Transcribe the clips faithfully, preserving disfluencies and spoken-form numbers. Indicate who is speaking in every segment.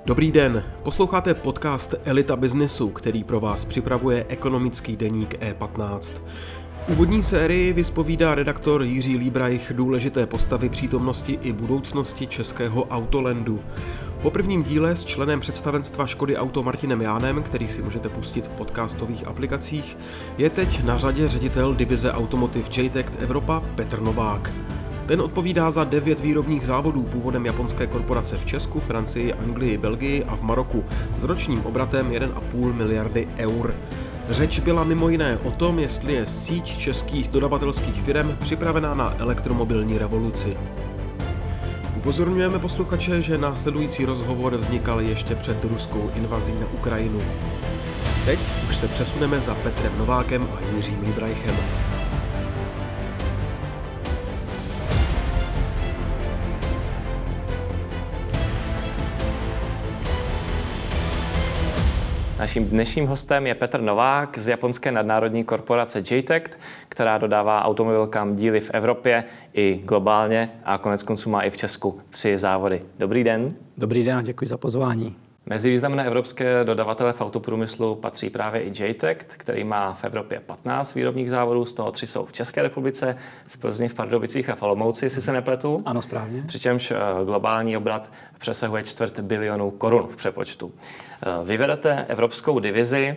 Speaker 1: Dobrý den, posloucháte podcast Elita Businessu, který pro vás připravuje ekonomický deník E patnáct. V úvodní sérii vyspovídá redaktor Jiří Líbrajch důležité postavy přítomnosti i budoucnosti českého Autolandu. Po prvním díle s členem představenstva Škody Auto Martinem Jánem, který si můžete pustit v podcastových aplikacích, je teď na řadě ředitel divize Automotive J-Tect Evropa Petr Novák. Ten odpovídá za devět výrobních závodů původem japonské korporace v Česku, Francii, Anglii, Belgii a v Maroku s ročním obratem jedna celá pět miliardy eur. Řeč byla mimo jiné o tom, jestli je síť českých dodavatelských firem připravená na elektromobilní revoluci. Upozorňujeme posluchače, že následující rozhovor vznikal ještě před ruskou invazí na Ukrajinu. Teď už se přesuneme za Petrem Novákem a Jiřím Líbrajchem.
Speaker 2: Naším dnešním hostem je Petr Novák z japonské nadnárodní korporace J-Tect, která dodává automobilkám díly v Evropě i globálně a konec konců má i v Česku tři závody. Dobrý den.
Speaker 3: Dobrý den a děkuji za pozvání.
Speaker 2: Mezi významné evropské dodavatele v autoprůmyslu patří právě i J-Tect, který má v Evropě patnáct výrobních závodů, z toho tři jsou v České republice, v Plzni, v Pardubicích a v Olomouci, jestli se nepletu.
Speaker 3: Ano, správně.
Speaker 2: Přičemž globální obrat přesahuje čtvrt bilionu korun v přepočtu. Vy vedete evropskou divizi,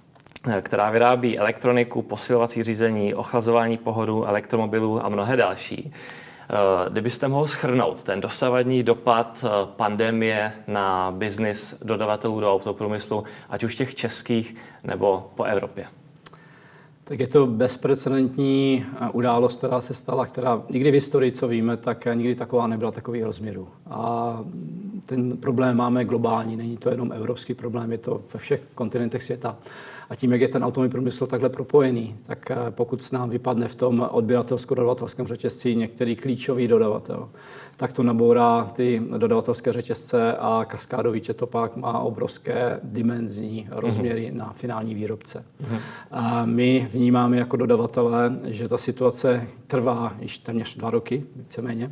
Speaker 2: která vyrábí elektroniku, posilovací řízení, ochlazování pohodu, elektromobilů a mnohé další. Kdybyste mohl shrnout ten dosavadní dopad pandemie na biznis dodavatelů do autoprůmyslu, ať už těch českých nebo po Evropě?
Speaker 3: Tak je to bezprecedentní událost, která se stala, která nikdy v historii, co víme, tak nikdy taková nebyla takových rozměrů. A ten problém máme globální, není to jenom evropský problém, je to ve všech kontinentech světa. A tím, jak je ten automobilní průmysl takhle propojený, tak pokud s nám vypadne v tom odběratelsko-dodavatelském řetězci některý klíčový dodavatel, tak to nabourá ty dodavatelské řetězce a kaskádovitě to pak má obrovské dimenzní rozměry mm-hmm. na finální výrobce. Mm-hmm. A my vnímáme jako dodavatelé, že ta situace trvá již téměř dva roky, víceméně.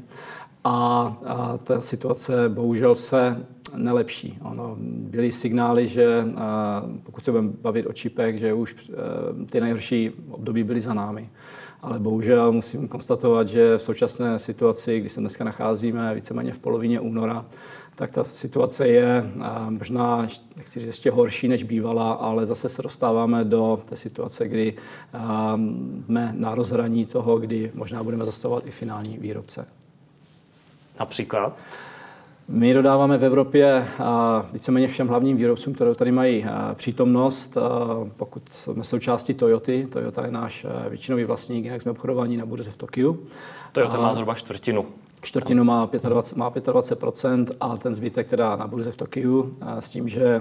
Speaker 3: A, a ta situace bohužel se nelepší. Ono, byly signály, že a, pokud se budeme bavit o čipech, že už a, ty nejhorší období byly za námi. Ale bohužel musím konstatovat, že v současné situaci, kdy se dneska nacházíme víceméně v polovině února, tak ta situace je a, možná, nechci říct, ještě horší, než bývala, ale zase se dostáváme do té situace, kdy a, jsme na rozhraní toho, kdy možná budeme zastavovat i finální výrobce.
Speaker 2: Například?
Speaker 3: My dodáváme v Evropě víceméně všem hlavním výrobcům, které tady mají přítomnost. Pokud jsme součástí Toyoty, Toyota je náš většinový vlastník, jinak jsme obchodovaní na burze v Tokiu.
Speaker 2: Toyota má zhruba čtvrtinu.
Speaker 3: Čtvrtinu má dvacet pět procent a ten zbytek teda na burze v Tokiu s tím, že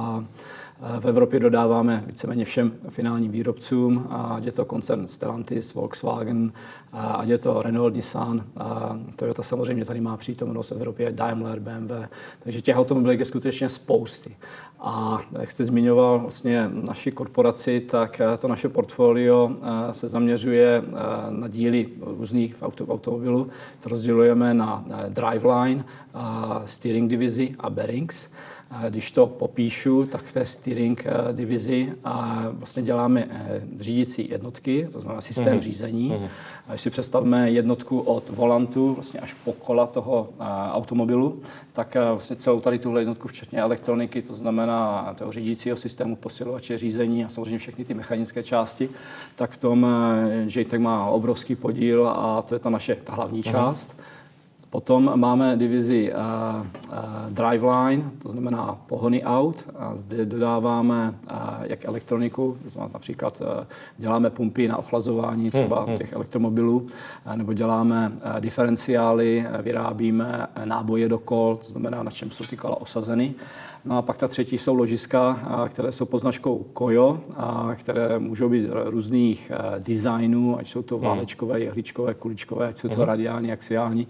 Speaker 3: v Evropě dodáváme víceméně všem finálním výrobcům, ať je to koncern Stellantis, Volkswagen, ať je to Renault, Nissan, Toyota samozřejmě tady má přítomnost v Evropě, Daimler, B M W, takže těch automobilek je skutečně spousty. A jak jste zmiňoval vlastně naši korporaci, tak to naše portfolio se zaměřuje na díly různých v automobilu. To rozdělujeme na driveline, steering divizi a bearings. Když to popíšu, tak v té steering divizi vlastně děláme řídící jednotky, to znamená systém mm. řízení. Mm. Když si představíme jednotku od volantu vlastně až po kola toho automobilu, tak vlastně celou tady tuhle jednotku, včetně elektroniky, to znamená toho řídícího systému, posilovače řízení a samozřejmě všechny ty mechanické části, tak v tom J-Tect má obrovský podíl a to je ta naše ta hlavní mm. část. Potom máme divizi uh, uh, driveline, to znamená pohony aut. A zde dodáváme uh, jak elektroniku, to znamená například uh, děláme pumpy na ochlazování třeba hmm, těch elektromobilů, uh, nebo děláme uh, diferenciály, uh, vyrábíme uh, náboje do kol, to znamená, na čem jsou ty kola osazeny. No a pak ta třetí jsou ložiska, které jsou pod značkou Koyo, které můžou být různých designů, ať jsou to válečkové, jehličkové, kuličkové, ať jsou to radiální, axiální,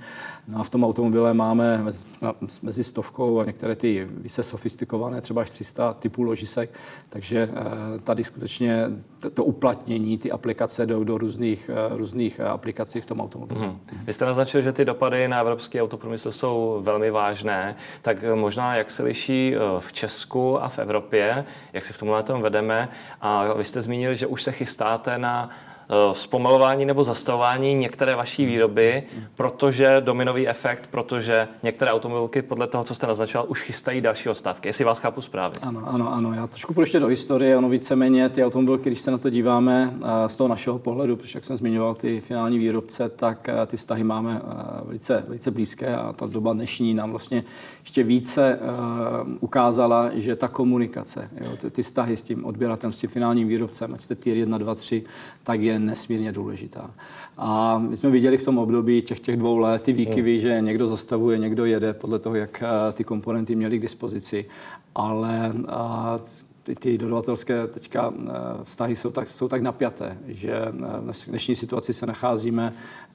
Speaker 3: No a v tom automobile máme mezi, mezi stovkou a některé ty více sofistikované, třeba až tři sta typů ložisek, takže tady skutečně to uplatnění, ty aplikace jdou do různých, různých aplikací v tom automobilu. Hmm.
Speaker 2: Vy jste naznačil, že ty dopady na evropský autoprůmysl jsou velmi vážné, tak možná jak se liší v Česku a v Evropě, jak se v tomhle tom vedeme, a vy jste zmínili, že už se chystáte na zpomalování nebo zastavování některé vaší výroby, protože dominový efekt, protože některé automobilky podle toho, co jste naznačoval, už chystají další odstávky. Jestli vás chápu správně.
Speaker 3: Ano, ano, ano. Já trošku půjdu ještě do historie. Ono víceméně ty automobilky, když se na to díváme z toho našeho pohledu, protože jak jsem zmiňoval ty finální výrobce, tak ty vztahy máme velice, velice blízké a ta doba dnešní nám vlastně ještě více ukázala, že ta komunikace, jo, ty, ty vztahy s tím odběratelem, s tím finálním výrobcem, ať jste tier jedna, dva, tři, tak je nesmírně důležitá. A my jsme viděli v tom období těch, těch dvou let ty výkyvy, hmm. že někdo zastavuje, někdo jede podle toho, jak ty komponenty měli k dispozici. Ale a, ty, ty dodavatelské teďka vztahy jsou tak, jsou tak napjaté, že v dnešní situaci se nacházíme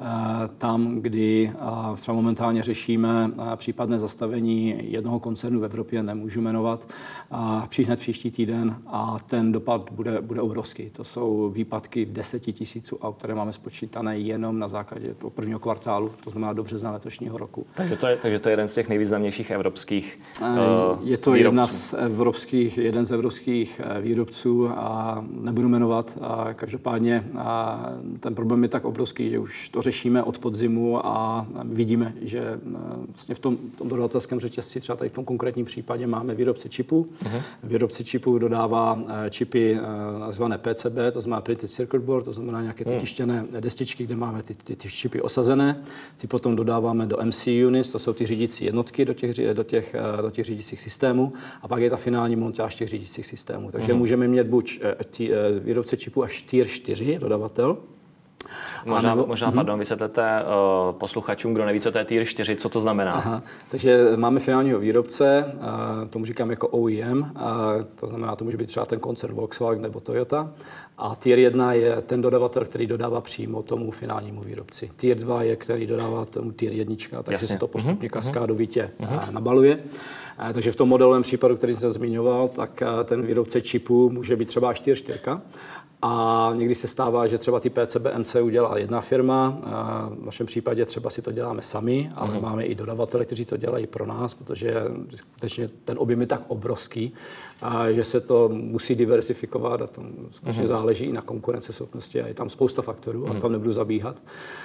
Speaker 3: tam, kdy třeba momentálně řešíme případné zastavení jednoho koncernu v Evropě, nemůžu jmenovat, hned příští týden a ten dopad bude, bude obrovský. To jsou výpadky deseti tisíců aut, které máme spočítané jenom na základě toho prvního kvartálu, to znamená do března letošního roku.
Speaker 2: Takže to je, takže to je jeden z těch nejvýznamnějších evropských uh,
Speaker 3: Je to
Speaker 2: výrobců.
Speaker 3: jedna z evropských, jeden z evropských výrobců a nebudu jmenovat. A každopádně a ten problém je tak obrovský, že už to řešíme od podzimu a vidíme, že vlastně v tom, tom dodavatelském řetězci, třeba tady v tom konkrétním případě máme výrobce čipů. Uh-huh. Výrobce čipů dodává čipy nazvané P C B, to znamená Printed Circuit Board, to znamená nějaké ty tištěné destičky, kde máme ty, ty, ty čipy osazené. Ty potom dodáváme do M C units, to jsou ty řídící jednotky do těch, do těch, do těch řídících systémů a pak je ta finální montáž těch řídících systémů. Takže uh-huh. můžeme mít buď tí, výrobce čipů až tier čtyři, dodavatel.
Speaker 2: Možná, nebo, možná pardon, vysvětlete uh, posluchačům, kdo neví, co to je tier čtyři, co to znamená.
Speaker 3: Aha, takže máme finálního výrobce, uh, tomu říkám jako O E M, uh, to znamená, to může být třeba ten koncern Volkswagen nebo Toyota. A tier jedna je ten dodavatel, který dodává přímo tomu finálnímu výrobci. Tier dva je, který dodává tomu tier jednička, takže Jasně. se to postupně uh-huh. kaskádovitě uh-huh. nabaluje. Uh, takže v tom modelovém případu, který jsem zmiňoval, tak uh, ten výrobce čipů může být třeba až tier čtyři. A někdy se stává, že třeba ty P C B N C udělá jedna firma, v našem případě třeba si to děláme sami, ale uh-huh. máme i dodavatele, kteří to dělají pro nás, protože skutečně ten objem je tak obrovský, a že se to musí diversifikovat a tam skutečně uh-huh. záleží i na konkurenceschopnosti a je tam spousta faktorů, uh-huh. a tam nebudu zabíhat.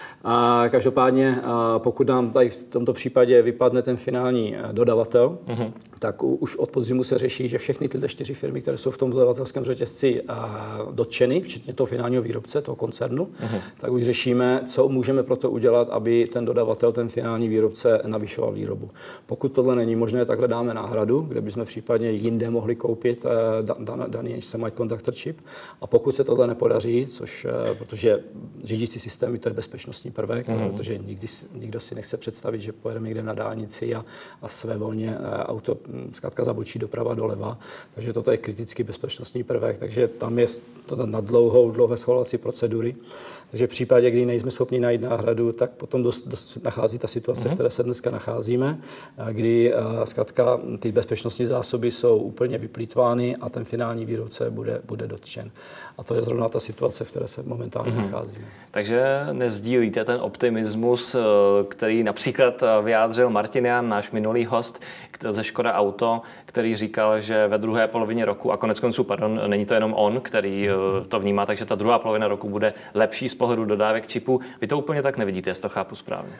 Speaker 3: A každopádně, pokud nám tady v tomto případě vypadne ten finální dodavatel, uh-huh. tak už od podzimu se řeší, že všechny tyhle čtyři firmy, které jsou v tom dodavatelském řetězci dotčeny, včetně toho finálního výrobce, toho koncernu, uh-huh. tak už řešíme, co můžeme pro to udělat, aby ten dodavatel, ten finální výrobce navyšoval výrobu. Pokud tohle není možné, tak hledáme náhradu, kde bychom případně jinde mohli koupit dan, daný semiconductor chip. A pokud se tohle nepodaří, což, protože řídící systémy, to je bezpečnostní prvek, mm-hmm. protože nikdy, nikdo si nechce představit, že pojedeme někde na dálnici a, a své volně auto zkrátka zabočí doprava doleva. Takže toto je kritický bezpečnostní prvek, takže tam je to na dlouhou, dlouhé schvalovací procedury. Takže v případě, kdy nejsme schopni najít náhradu, tak potom dost, dost nachází ta situace, mm-hmm. v které se dneska nacházíme, kdy zkrátka ty bezpečnostní zásoby jsou úplně vyplýtvány a ten finální výrobce bude, bude dotčen. A to je zrovna ta situace, v které se momentálně mm-hmm. nacházíme.
Speaker 2: Takže nezdílíte ten optimismus, který například vyjádřil Martin Jan, náš minulý host ze Škoda Auto, který říkal, že ve druhé polovině roku, a konec konců, pardon, není to jenom on, který to vnímá, takže ta druhá polovina roku bude lepší z pohledu dodávek čipů. Vy to úplně tak nevidíte, jestli to chápu správně.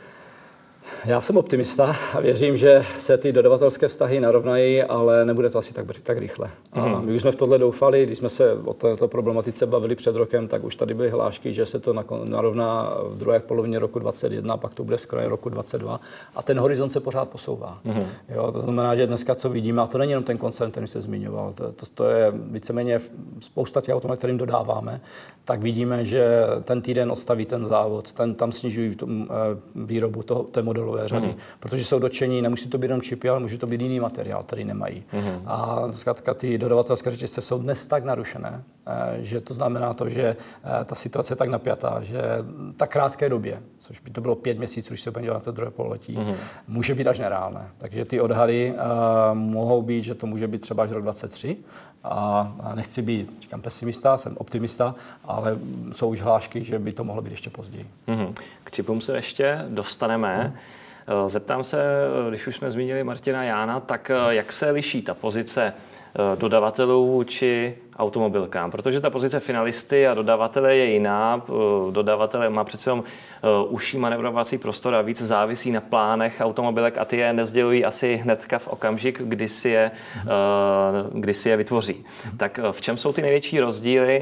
Speaker 3: Já jsem optimista a věřím, že se ty dodavatelské vztahy narovnají, ale nebude to asi tak, tak rychle. A my už jsme v tohle doufali, když jsme se o této problematice bavili před rokem, tak už tady byly hlášky, že se to narovná v druhé polovině roku dvacet jedna, pak to bude z kraje roku dvacet dva a ten horizont se pořád posouvá. Mm-hmm. Jo, to znamená, že dneska, co vidíme, a to není jenom ten koncern, který se zmiňoval, to, to, to je víceméně spousta těch automobilů, kterým dodáváme, tak vidíme, že ten týden odstaví ten závod, ten, tam snižují tom, výrobu toho, té modelové automobilové řady, mm. protože jsou dotčení, nemusí to být jenom čipy, ale může to být jiný materiál, který nemají. Mm. A zkrátka ty dodavatelské řetězce jsou dnes tak narušené, že to znamená to, že ta situace je tak napjatá, že ta krátké době, což by to bylo pět měsíců, když se budeme dělat na to druhé pololetí, mm. může být až nereálné. Takže ty odhady uh, mohou být, že to může být třeba až rok dvacet tři. A, a nechci být, říkám, pesimista, jsem optimista, ale jsou už hlášky, že by to mohlo být ještě později.
Speaker 2: Mm. K čipům se ještě dostaneme. Mm. Zeptám se, když už jsme zmínili Martina Jána, tak jak se liší ta pozice dodavatelů či automobilkám, protože ta pozice finalisty a dodavatele je jiná. Dodavatele má přece jenom užší manevrovací prostor a víc závisí na plánech automobilek a ty je nezdělují asi hnedka v okamžik, kdy si je, kdy si je vytvoří. Tak v čem jsou ty největší rozdíly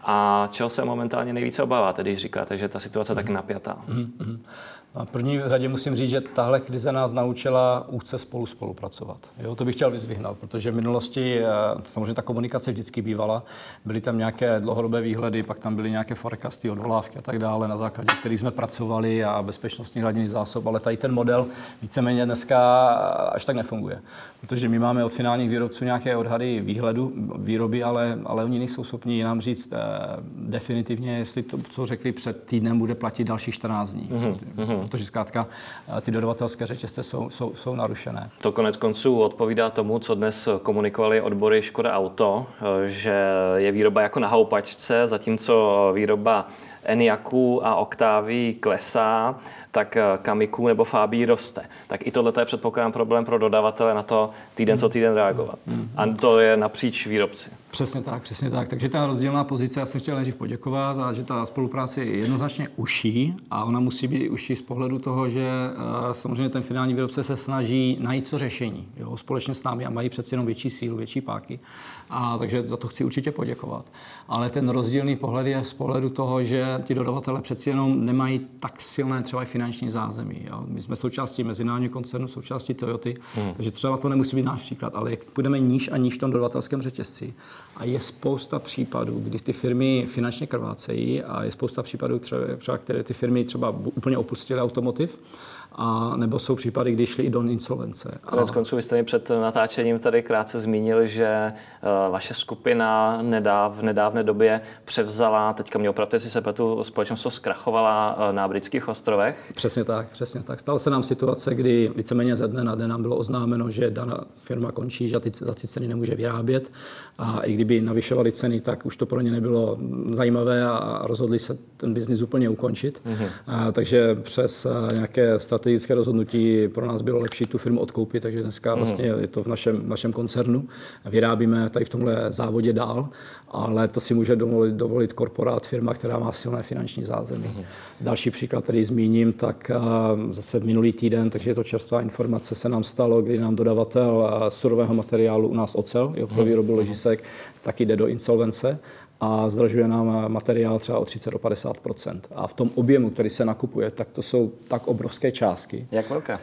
Speaker 2: a čeho se momentálně nejvíce obáváte, když říkáte, že ta situace je tak napjatá?
Speaker 3: Mm-hmm. V první řadě musím říct, že tahle krize nás naučila úzce spolu spolupracovat. Jo, to bych chtěl vyzvihnout, protože v minulosti samozřejmě ta komunikace vždycky bývala. Byly tam nějaké dlouhodobé výhledy, pak tam byly nějaké forecasty, odvolávky a tak dále, na základě kterých jsme pracovali a bezpečnostní hladiny zásob, ale tady ten model víceméně dneska až tak nefunguje. Protože my máme od finálních výrobců nějaké odhady výhledu, výroby, ale, ale oni nejsou schopni nám říct eh, definitivně, jestli to, co řekli před týdnem, bude platit další čtrnáct dní. Mm-hmm. Protože zkrátka ty dodavatelské řetězce jsou, jsou, jsou narušené.
Speaker 2: To konec konců odpovídá tomu, co dnes komunikovali odbory Škoda Auto, že je výroba jako na houpačce, zatímco výroba Enyaqů a Octavií klesá, tak Kamiků nebo Fabí roste. Tak i tohle je předpokládám problém pro dodavatele na to týden co týden reagovat. Mm. A to je napříč výrobci.
Speaker 3: Přesně tak, přesně tak. Takže ta rozdílná pozice, já jsem chtěl nejdřív poděkovat, a že ta spolupráce je jednoznačně užší a ona musí být užší z pohledu toho, že uh, samozřejmě ten finální výrobce se snaží najít to řešení. Jo, společně s námi a mají přeci jenom větší sílu, větší páky. A takže za to chci určitě poděkovat. Ale ten rozdílný pohled je z pohledu toho, že ti dodavatelé přeci jenom nemají tak silné třeba i finanční zázemí. Jo. My jsme součástí mezinárodního koncernu, součástí Toyoty, hmm. takže třeba to nemusí být náš příklad, ale jak půjdeme níž a níž v tom dodavatelském řetězci a je spousta případů, kdy ty firmy finančně krvácejí a je spousta případů, třeba, třeba které ty firmy třeba úplně opustily automotiv, a nebo jsou případy, kdy šli i do insolvence.
Speaker 2: Konec konců, vy jste mi před natáčením tady krátce zmínili, že vaše skupina nedáv, v nedávné době převzala, teďka mě opravdu si se pletu, společnost, co zkrachovala na Britských ostrovech.
Speaker 3: Přesně tak, přesně tak. Stala se nám situace, kdy víceméně ze dne na den nám bylo oznámeno, že daná firma končí, že za ty ceny nemůže vyrábět a i kdyby navyšovali ceny, tak už to pro ně nebylo zajímavé a rozhodli se ten biznis úplně ukončit. Mm-hmm. A, takže přes nějaké strategické rozhodnutí pro nás bylo lepší tu firmu odkoupit, takže dneska vlastně je to v našem, našem koncernu. Vyrábíme tady v tomhle závodě dál, ale to si může dovolit, dovolit korporát, firma, která má silné finanční zázemí. Mm. Další příklad, který zmíním, tak zase minulý týden, takže je to čerstvá informace, se nám stalo, kdy nám dodavatel surového materiálu u nás ocel, jo, pro výrobu ložisek, taky jde do insolvence a zdražuje nám materiál třeba o třicet do padesáti procent. A v tom objemu, který se nakupuje, tak to jsou tak obrovské částky.
Speaker 2: Jak velké?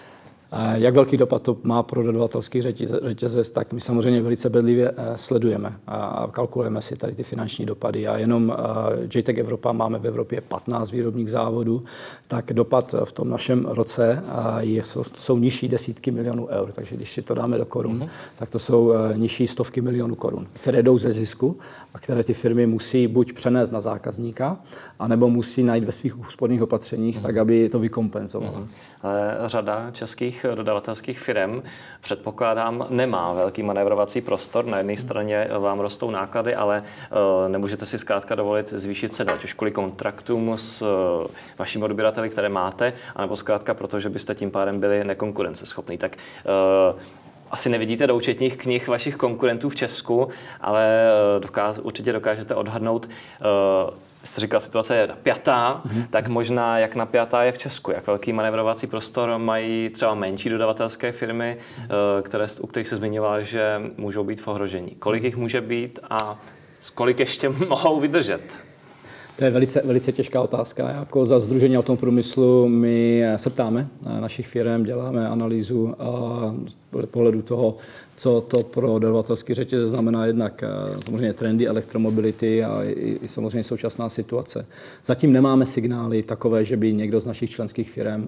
Speaker 3: Jak velký dopad to má pro dodavatelský řetězec, tak my samozřejmě velice bedlivě sledujeme a kalkulujeme si tady ty finanční dopady. A jenom J T E C Evropa, máme v Evropě patnáct výrobních závodů, tak dopad v tom našem roce je, jsou nižší desítky milionů eur. Takže když si to dáme do korun, mm-hmm. tak to jsou nižší stovky milionů korun, které jdou ze zisku a které ty firmy musí buď přenést na zákazníka, anebo musí najít ve svých úsporných opatřeních, mm-hmm. tak aby to vykompenzovala.
Speaker 2: Mm-hmm. Ale řada českých dodavatelských firm, předpokládám, nemá velký manévrovací prostor. Na jedné straně vám rostou náklady, ale uh, nemůžete si zkrátka dovolit zvýšit cenu, ať už kvůli kontraktům s uh, vašimi odběrateli, které máte, anebo zkrátka proto, že byste tím pádem byli nekonkurenceschopní. Tak uh, asi nevidíte do účetních knih vašich konkurentů v Česku, ale dokáz, určitě dokážete odhadnout, uh, jste říkal, situace je napjatá, mm-hmm. tak možná jak napjatá je v Česku, jak velký manévrovací prostor mají třeba menší dodavatelské firmy, mm-hmm. které, u kterých se zmiňovala, že můžou být v ohrožení. Kolik jich může být a kolik ještě mohou vydržet?
Speaker 3: To je velice, velice těžká otázka. Jako za Sdružení automobilového průmyslu my se ptáme našich firm, děláme analýzu z pohledu toho, co to pro dodavatelský řetězec znamená jednak samozřejmě trendy elektromobility a i, i samozřejmě současná situace. Zatím nemáme signály takové, že by někdo z našich členských firm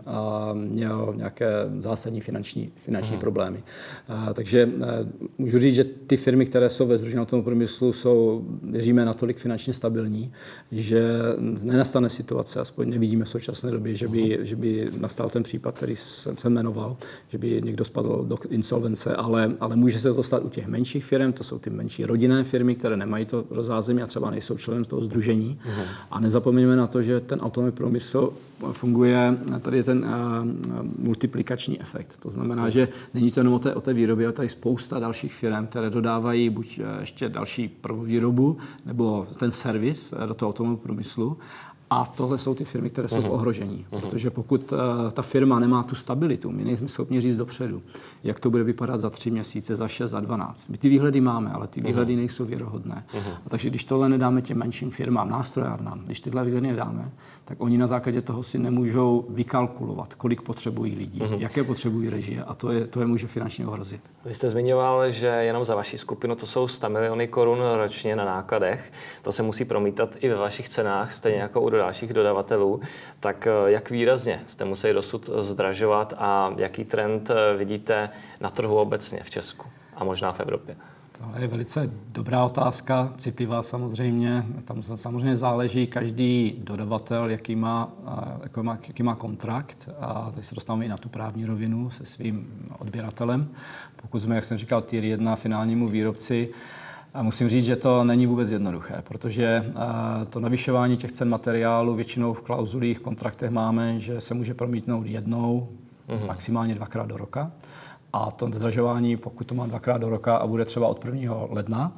Speaker 3: měl nějaké zásadní finanční, finanční problémy. Takže můžu říct, že ty firmy, které jsou ve sdruženém automobilovém průmyslu, jsou, věříme, natolik finančně stabilní, že nenastane situace, aspoň nevidíme v současné době, že by, že by nastal ten případ, který jsem se jmenoval, že by někdo spadl do insolvence, ale, ale může se to stát u těch menších firm, to jsou ty menší rodinné firmy, které nemají to zázemí a třeba nejsou členem toho sdružení. Uh-huh. A nezapomeňme na to, že ten automobilový průmysl funguje, tady je ten uh, multiplikační efekt. To znamená, že není to jenom o té, o té výrobě, ale tady spousta dalších firm, které dodávají buď ještě další prvovýrobu, nebo ten servis do toho automobilového průmyslu. A tohle jsou ty firmy, které jsou uh-huh. v ohrožení. Uh-huh. Protože pokud uh, ta firma nemá tu stabilitu, my nejsme schopni říct dopředu, jak to bude vypadat za tři měsíce, za šest, za dvanáct. My ty výhledy máme, ale ty výhledy uh-huh. nejsou věrohodné. Uh-huh. A takže když tohle nedáme těm menším firmám, nástrojárnám, když tyhle výhledy nedáme, tak oni na základě toho si nemůžou vykalkulovat, kolik potřebují lidí, uh-huh. jaké potřebují režie a to je, to je může finančně ohrozit.
Speaker 2: Vy jste zmiňoval, že jenom za vaši skupinu to jsou sto miliony korun ročně na nákladech. To se musí promítat i ve vašich cenách, stejně jako u dalších dodavatelů. Tak jak výrazně jste museli dosud zdražovat a jaký trend vidíte na trhu obecně v Česku a možná v Evropě?
Speaker 3: To je velice dobrá otázka, citlivá samozřejmě. Tam samozřejmě záleží každý dodavatel, jaký má, jaký má, jaký má kontrakt. A teď se dostáváme i na tu právní rovinu se svým odběratelem. Pokud jsme, jak jsem říkal, tier jedna finálnímu výrobci, a musím říct, že to není vůbec jednoduché, protože to navyšování těch cen materiálu většinou v klauzulích, kontraktech máme, že se může promítnout jednou, mm-hmm. maximálně dvakrát do roka. A to zdražování, pokud to mám dvakrát do roka a bude třeba od prvního ledna,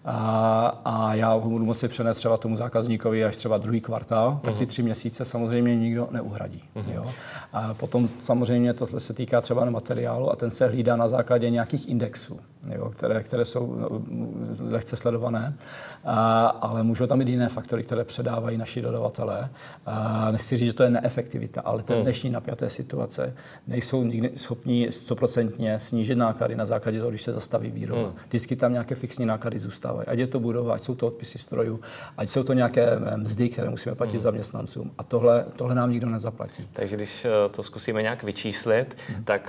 Speaker 3: a, a já ho budu moci přenést třeba tomu zákazníkovi až třeba druhý kvartál, uh-huh. tak ty tři měsíce samozřejmě nikdo neuhradí. Uh-huh. Jo? A potom samozřejmě to se týká třeba materiálu a ten se hlídá na základě nějakých indexů, jo? Které, které jsou lehce sledované, a, ale můžou tam být jiné faktory, které předávají naši dodavatelé. A nechci říct, že to je neefektivita, ale ten dnešní napjaté situace nejsou nikdy schopni sto procent snížit náklady na základě toho, když se zastaví výroba. Hmm. Vždycky tam nějaké fixní náklady zůstávají. Ať je to budova, ať jsou to odpisy strojů, ať jsou to nějaké mzdy, které musíme platit hmm. zaměstnancům. A tohle, tohle nám nikdo nezaplatí.
Speaker 2: Takže když to zkusíme nějak vyčíslit, hmm. tak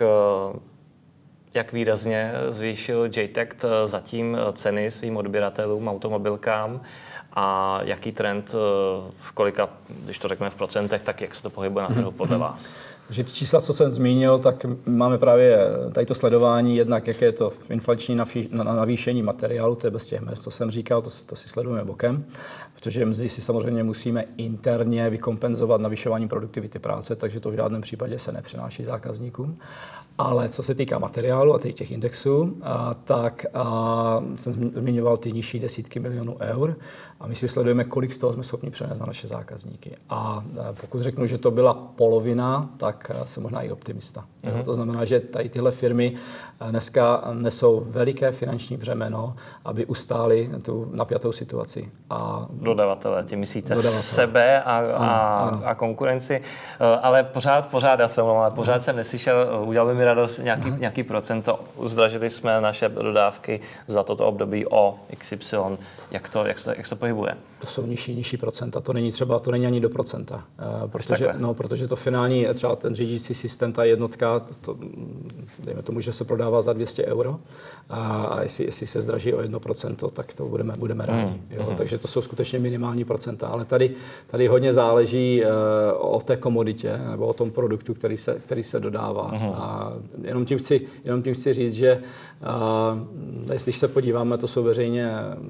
Speaker 2: jak výrazně zvýšil J T A C T zatím ceny svým odběratelům, automobilkám a jaký trend v kolika, když to řekneme v procentech, tak jak se to pohybuje na trhu podle vás?
Speaker 3: Takže ty čísla, co jsem zmínil, tak máme právě tady to sledování, jednak jaké je to inflační navýšení materiálu, to je bez těch mezd, to jsem říkal, to, to si sledujeme bokem, protože mzdy si samozřejmě musíme interně vykompenzovat navyšováním produktivity práce, takže to v žádném případě se nepřenáší zákazníkům. Ale co se týká materiálu a těch indexů, a, tak a, jsem zmiňoval ty nižší desítky milionů eur a my si sledujeme, kolik z toho jsme schopni přenést na naše zákazníky. A, a pokud řeknu, že to byla polovina, tak jsem možná i optimista. Mm-hmm. To znamená, že tady tyhle firmy dneska nesou veliké finanční břemeno, aby ustály tu napjatou situaci. A
Speaker 2: dodavatele, tím myslíte
Speaker 3: dodavatele.
Speaker 2: Sebe a, a, ano, ano. a konkurenci. Ale pořád, pořád, já jsem, ale pořád jsem neslyšel, udělal by mi radost nějaký, nějaký procento. Zdražili jsme naše dodávky za toto období o X Y. Jak to, jak se, jak se pohybuje?
Speaker 3: To jsou nižší, nižší procenta. To není třeba, to není ani do procenta. Uh, protože, no, protože to finální, třeba ten řídící systém, ta jednotka, to, dejme tomu, že se prodává za dvě stě euro a jestli, jestli se zdraží o jedno procento, tak to budeme, budeme rádi. Mm, jo? Mm. Takže to jsou skutečně minimální procenta. Ale tady, tady hodně záleží uh, o té komoditě nebo o tom produktu, který se, který se dodává. Mm. A jenom tím chci, jenom tím chci říct, že uh, když se podíváme, to jsou veřejně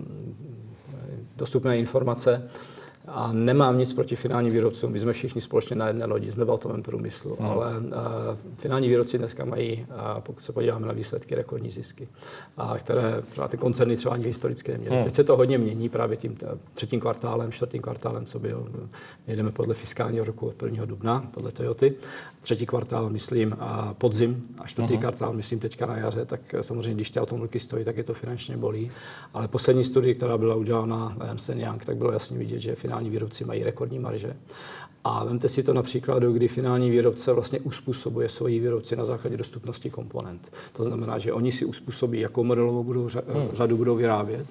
Speaker 3: dostupné informace a nemám nic proti finálním výrobcům. My jsme všichni společně na jedné lodi, jsme v autovém průmyslu, mm. ale uh, finální výrobci dneska mají, uh, pokud se podíváme na výsledky, rekordní zisky, a které třeba ty koncerny třeba ani historicky neměly. Mm. Teď se to hodně mění právě tím třetím kvartálem, čtvrtým kvartálem, co byl. Jedeme podle fiskálního roku od prvního dubna, podle Toyoty. Třetí kvartál, myslím, a podzim a čtvrtý uh-huh. kvartál, myslím, teďka na jaře, tak samozřejmě, když ty automobilky stojí, tak je to finančně bolí. Ale poslední studie, která byla udělána Ernst and Young, tak bylo jasně vidět, že finální výrobci mají rekordní marže. A vemte si to na příkladu, kdy finální výrobce vlastně uspůsobuje svoji výrobci na základě dostupnosti komponent. To znamená, že oni si uspůsobí, jakou modelovou budou řadu budou vyrábět.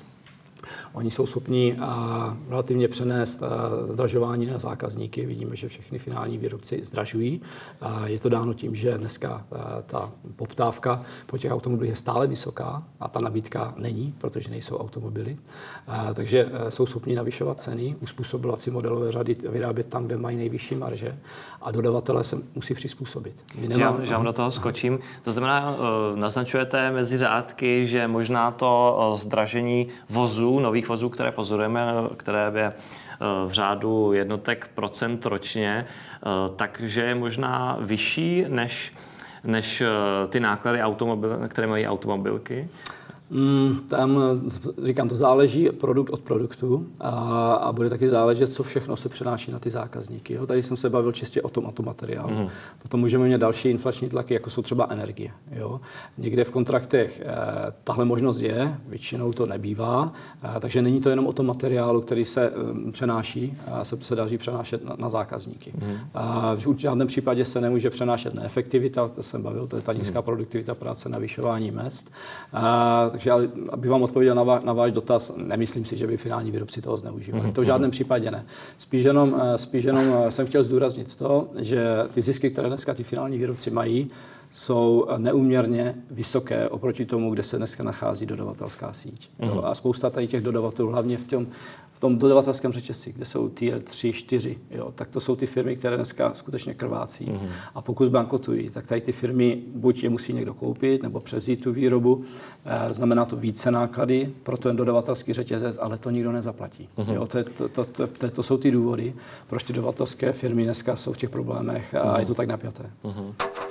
Speaker 3: Oni jsou schopni a, relativně přenést a, zdražování na zákazníky. Vidíme, že všechny finální výrobci zdražují. A je to dáno tím, že dneska a, ta poptávka po těch automobilech je stále vysoká a ta nabídka není, protože nejsou automobily. A, takže a, jsou schopni navyšovat ceny, uspůsobovat si modelové řady, vyrábět tam, kde mají nejvyšší marže a dodavatelé se musí přizpůsobit.
Speaker 2: Nemám... Že vám do toho skočím. To znamená, naznačujete mezi řádky, že možná to zdražení vozů, nových vozů, které pozorujeme, které je v řádu jednotek procent ročně, takže je možná vyšší než, než ty náklady, automobil, které mají automobilky?
Speaker 3: Mm, tam, říkám, to záleží produkt od produktu a, a bude taky záležet, co všechno se přenáší na ty zákazníky. Jo? Tady jsem se bavil čistě o tom, o tom materiálu. Mm. Potom můžeme mít další inflační tlaky, jako jsou třeba energie. Jo? Někde v kontraktech eh, tahle možnost je, většinou to nebývá, eh, takže není to jenom o tom materiálu, který se eh, přenáší, a se, se daří přenášet na, na zákazníky. Mm. A v žádném případě se nemůže přenášet neefektivita, to jsem bavil, to je ta nízká mm. produktivita práce, navyšování mezd. A, takže ale, aby vám odpověděl na, vá, na váš dotaz, nemyslím si, že by finální výrobci toho zneužívali. To v žádném případě ne. Spíš jenom, spíš jenom jsem chtěl zdůraznit to, že ty zisky, které dneska ty finální výrobci mají, jsou neúměrně vysoké oproti tomu, kde se dneska nachází dodavatelská síť. Mm. A spousta tady těch dodavatelů, hlavně v tom, v tom dodavatelském řetězci, kde jsou tier tři, čtyři, jo, tak to jsou ty firmy, které dneska skutečně krvácí. Mm. A pokud zbankrotují, tak tady ty firmy buď je musí někdo koupit, nebo převzít tu výrobu. E, znamená to více náklady pro ten dodavatelský řetězec, ale to nikdo nezaplatí. Mm. Jo, to, je, to, to, to, to, to jsou ty důvody, proč ty dodavatelské firmy dneska jsou v těch problémech a mm. je to tak napjaté. Mm.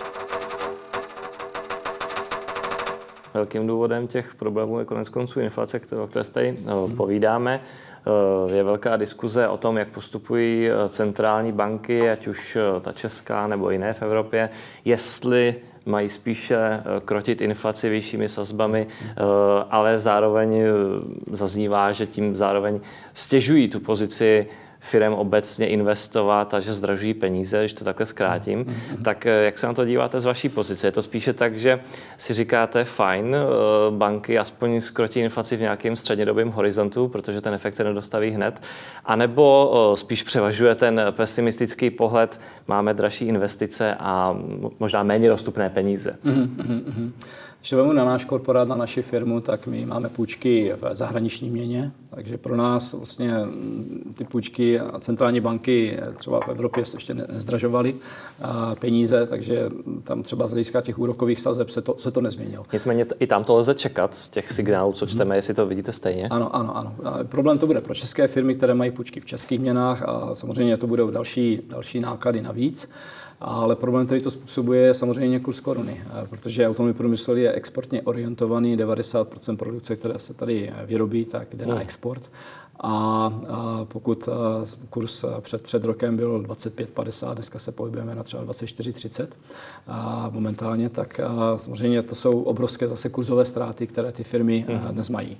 Speaker 2: Velkým důvodem těch problémů je konec konců inflace, o které tady povídáme. Je velká diskuze o tom, jak postupují centrální banky, ať už ta česká nebo jiné v Evropě, jestli mají spíše krotit inflaci vyššími sazbami, ale zároveň zaznívá, že tím zároveň stěžují tu pozici firem obecně investovat a že zdražují peníze, když to takhle zkrátím. Mm-hmm. Tak jak se na to díváte z vaší pozice? Je to spíše tak, že si říkáte fajn, banky aspoň zkrotí inflaci v nějakém střednědobém horizontu, protože ten efekt se nedostaví hned, anebo spíš převažuje ten pesimistický pohled, máme dražší investice a možná méně dostupné peníze?
Speaker 3: Mm-hmm. Když to vezmu na náš korporát, na naši firmu, tak my máme půjčky v zahraniční měně, takže pro nás vlastně ty půjčky a centrální banky třeba v Evropě se ještě nezdražovaly peníze, takže tam třeba z hlediska těch úrokových sazeb se to, se to nezměnilo.
Speaker 2: Nicméně i tam to lze čekat z těch signálů, co čteme, hmm. jestli to vidíte stejně?
Speaker 3: Ano, ano, ano. A problém to bude pro české firmy, které mají půjčky v českých měnách a samozřejmě to budou další, další náklady navíc. Ale problém, který to způsobuje, je samozřejmě kurz koruny, protože automobilový průmysl je exportně orientovaný, devadesát procent produkce, které se tady vyrobí, tak jde na export. A, a pokud kurz před, před rokem byl dvacet pět padesát, dneska se pohybujeme na třeba dvacet čtyři třicet a momentálně, tak a samozřejmě to jsou obrovské zase kurzové ztráty, které ty firmy mm. dnes mají.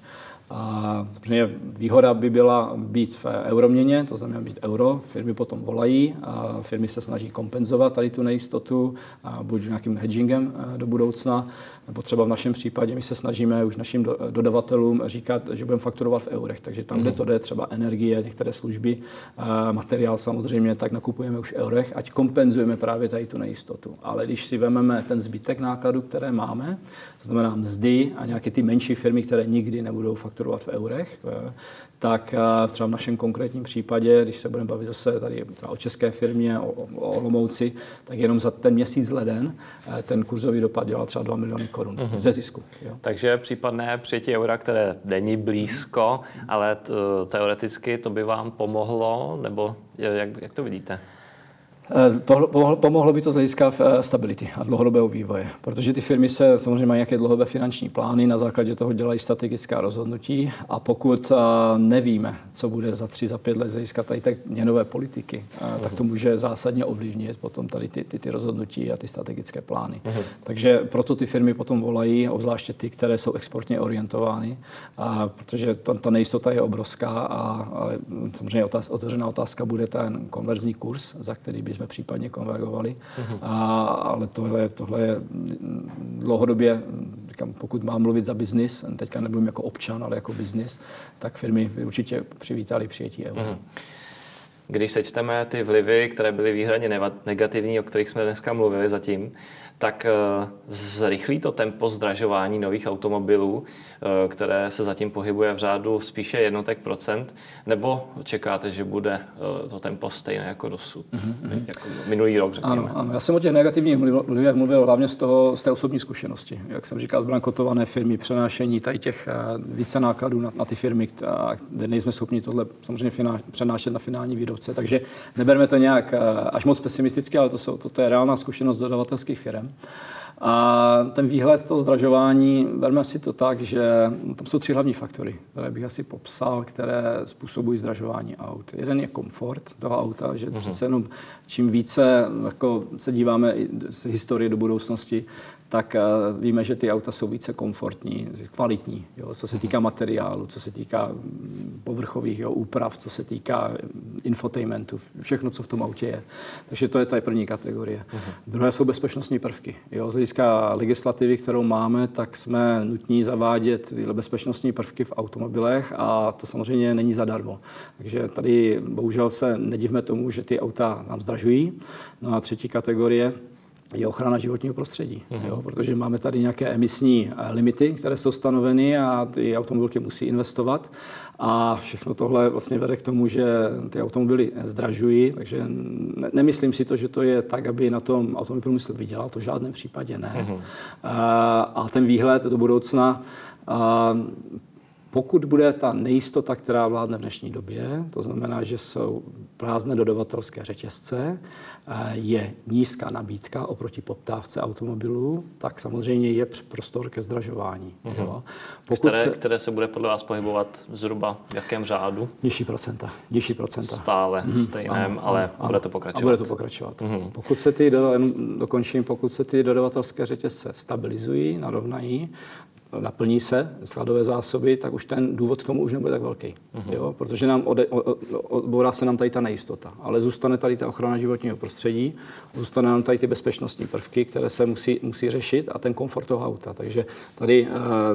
Speaker 3: A výhoda by byla být v euroměně, to znamená být euro, firmy potom volají a firmy se snaží kompenzovat tady tu nejistotu, buď nějakým hedgingem do budoucna, nebo třeba v našem případě my se snažíme už našim dodavatelům říkat, že budeme fakturovat v eurech, takže tam, mm. kde to jde, třeba energie, některé služby, materiál samozřejmě, tak nakupujeme už v eurech, ať kompenzujeme právě tady tu nejistotu. Ale když si vezmeme ten zbytek nákladů, které máme, to znamená mzdy a nějaké ty menší firmy, které nikdy nebudou fakturovat v eurech, tak třeba v našem konkrétním případě, když se budeme bavit zase tady o české firmě, o, o Olomouci, tak jenom za ten měsíc leden ten kurzový dopad dělal třeba dva miliony korun mm-hmm. ze zisku. Jo.
Speaker 2: Takže případné přijetí eura, které není blízko, ale t- teoreticky to by vám pomohlo, nebo jak, jak to vidíte?
Speaker 3: Pomohlo by to z hlediska stability a dlouhodobého vývoje, protože ty firmy se samozřejmě mají nějaké dlouhodobé finanční plány, na základě toho dělají strategická rozhodnutí a pokud nevíme, co bude za tři, za pět let z hlediska tady tak měnové politiky, uh-huh. tak to může zásadně ovlivnit potom tady ty, ty, ty rozhodnutí a ty strategické plány. Uh-huh. Takže proto ty firmy potom volají, obzvláště ty, které jsou exportně orientovány, a protože ta, ta nejistota je obrovská a, a samozřejmě otáz, otevřená otázka bude ten konverzní kurz, za který by jsme případně konvergovali, uh-huh. a, ale tohle, tohle je dlouhodobě, říkám, pokud mám mluvit za biznis, teďka nemluvím jako občan, ale jako biznis, tak firmy by určitě přivítali přijetí eura. Uh-huh.
Speaker 2: Když sečteme ty vlivy, které byly výhradně negativní, o kterých jsme dneska mluvili zatím, tak zrychlí to tempo zdražování nových automobilů, které se zatím pohybuje v řádu spíše jednotek procent, nebo čekáte, že bude to tempo stejné jako dosud, mm-hmm. jako minulý rok, řekněme?
Speaker 3: Ano, ano, já jsem o těch negativních vlivech mluvil hlavně z, toho, z té osobní zkušenosti. Jak jsem říkal, zbrankotované firmy, přenášení tady těch více nákladů na, na ty firmy, kde nejsme schopni tohle samozřejmě finá, přenášet na finální výrobce. Takže neberme to nějak až moc pesimisticky, ale to, jsou, to, to je reálná zkušenost dodavatelských firm. A ten výhled toho zdražování, berme si to tak, že tam jsou tři hlavní faktory, které bych asi popsal, které způsobují zdražování aut. Jeden je komfort toho auta, že uh-huh. přece jenom čím více jako se díváme z historie do budoucnosti, tak uh, víme, že ty auta jsou více komfortní, kvalitní, jo, co se týká materiálu, co se týká povrchových jo, úprav, co se týká infotainmentu, všechno, co v tom autě je. Takže to je ta první kategorie. Uh-huh. Druhé jsou bezpečnostní prvky. Jo, z hlediska legislativy, kterou máme, tak jsme nutní zavádět bezpečnostní prvky v automobilech a to samozřejmě není zadarmo. Takže tady bohužel se nedivme tomu, že ty auta nám zdražují. No a třetí kategorie je ochrana životního prostředí, uh-huh. jo, protože máme tady nějaké emisní limity, které jsou stanoveny a ty automobilky musí investovat a všechno tohle vlastně vede k tomu, že ty automobily zdražují, takže ne- nemyslím si to, že to je tak, aby na tom automobilní průmysl vydělal, to v žádném případě ne. Uh-huh. A, a ten výhled do budoucna, a, pokud bude ta nejistota, která vládne v dnešní době, to znamená, že jsou prázdné dodavatelské řetězce, je nízká nabídka oproti poptávce automobilů, tak samozřejmě je prostor ke zdražování.
Speaker 2: Mm-hmm.
Speaker 3: Jo.
Speaker 2: Pokud které, se, které se bude podle vás pohybovat zhruba v jakém řádu?
Speaker 3: Nižší procenta. Nižší procenta.
Speaker 2: Stále mm-hmm. stejném, ano, ale ano, bude to pokračovat.
Speaker 3: A bude to pokračovat. Mm-hmm. Pokud se ty, dokončím, pokud se ty dodavatelské řetězce stabilizují, narovnají, naplní se skladové zásoby, tak už ten důvod k tomu už nebude tak velký. Uh-huh. Jo? Protože nám ode, odbourá se nám tady ta nejistota. Ale zůstane tady ta ochrana životního prostředí, zůstane nám tady ty bezpečnostní prvky, které se musí, musí řešit a ten komfort toho auta. Takže tady uh,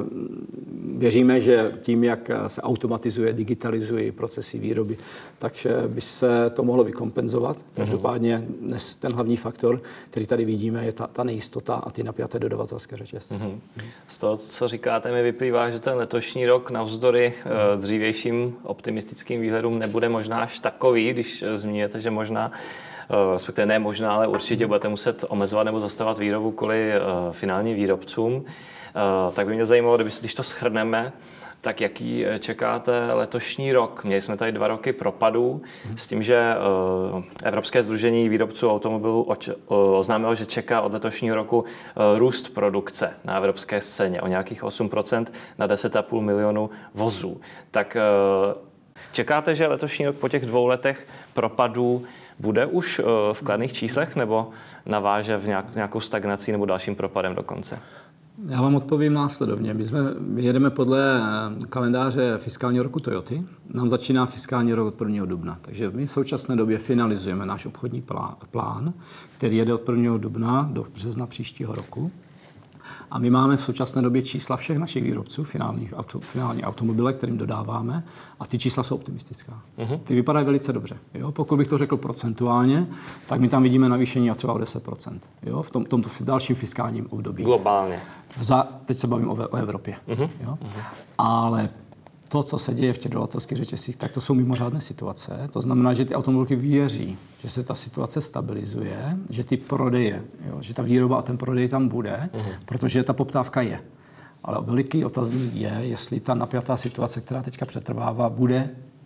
Speaker 3: věříme, že tím, jak se automatizuje, digitalizuje procesy výroby, takže by se to mohlo vykompenzovat. Každopádně dnes ten hlavní faktor, který tady vidíme, je ta, ta nejistota a ty napjaté dodavatelské řetězce. Uh-huh.
Speaker 2: Z toho, co říkáte, mi vyplývá, že ten letošní rok navzdory uh, dřívějším optimistickým výhledům nebude možná až takový, když zmíníte, že možná, uh, respektive ne možná, ale určitě budete muset omezovat nebo zastavovat výrobu kvůli uh, finálním výrobcům. Uh, tak by mě zajímalo, když to shrneme, tak jaký čekáte letošní rok? Měli jsme tady dva roky propadů hmm. s tím, že uh, Evropské sdružení výrobců automobilů oč- oznámilo, že čeká od letošního roku uh, růst produkce na evropské scéně o nějakých osm procent na deset a půl milionu vozů. Tak uh, čekáte, že letošní rok po těch dvou letech propadů bude už uh, v kladných číslech nebo naváže v nějak, nějakou stagnací nebo dalším propadem dokonce?
Speaker 3: Já vám odpovím následovně. My, jsme, my jedeme podle kalendáře fiskálního roku Toyoty. Nám začíná fiskální rok od prvního dubna. Takže my v současné době finalizujeme náš obchodní plán, který jede od prvního dubna do března příštího roku. A my máme v současné době čísla všech našich výrobců, finálních auto, finální automobile, kterým dodáváme, a ty čísla jsou optimistická. Uh-huh. Ty vypadají velice dobře. Jo? Pokud bych to řekl procentuálně, tak my tam vidíme navýšení třeba o deset procent. Jo? V tom, tomto dalším fiskálním období.
Speaker 2: Globálně.
Speaker 3: Za, teď se bavím o, o Evropě. Uh-huh. Jo? Uh-huh. Ale to, co se děje v těch dodavatelských řetězcích, tak to jsou mimořádné situace. To znamená, že ty automobilky věří, že se ta situace stabilizuje, že ty prodeje, jo, že ta výroba a ten prodej tam bude, uh-huh. protože ta poptávka je. Ale veliký otazník je, jestli ta napjatá situace, která teďka přetrvává, bude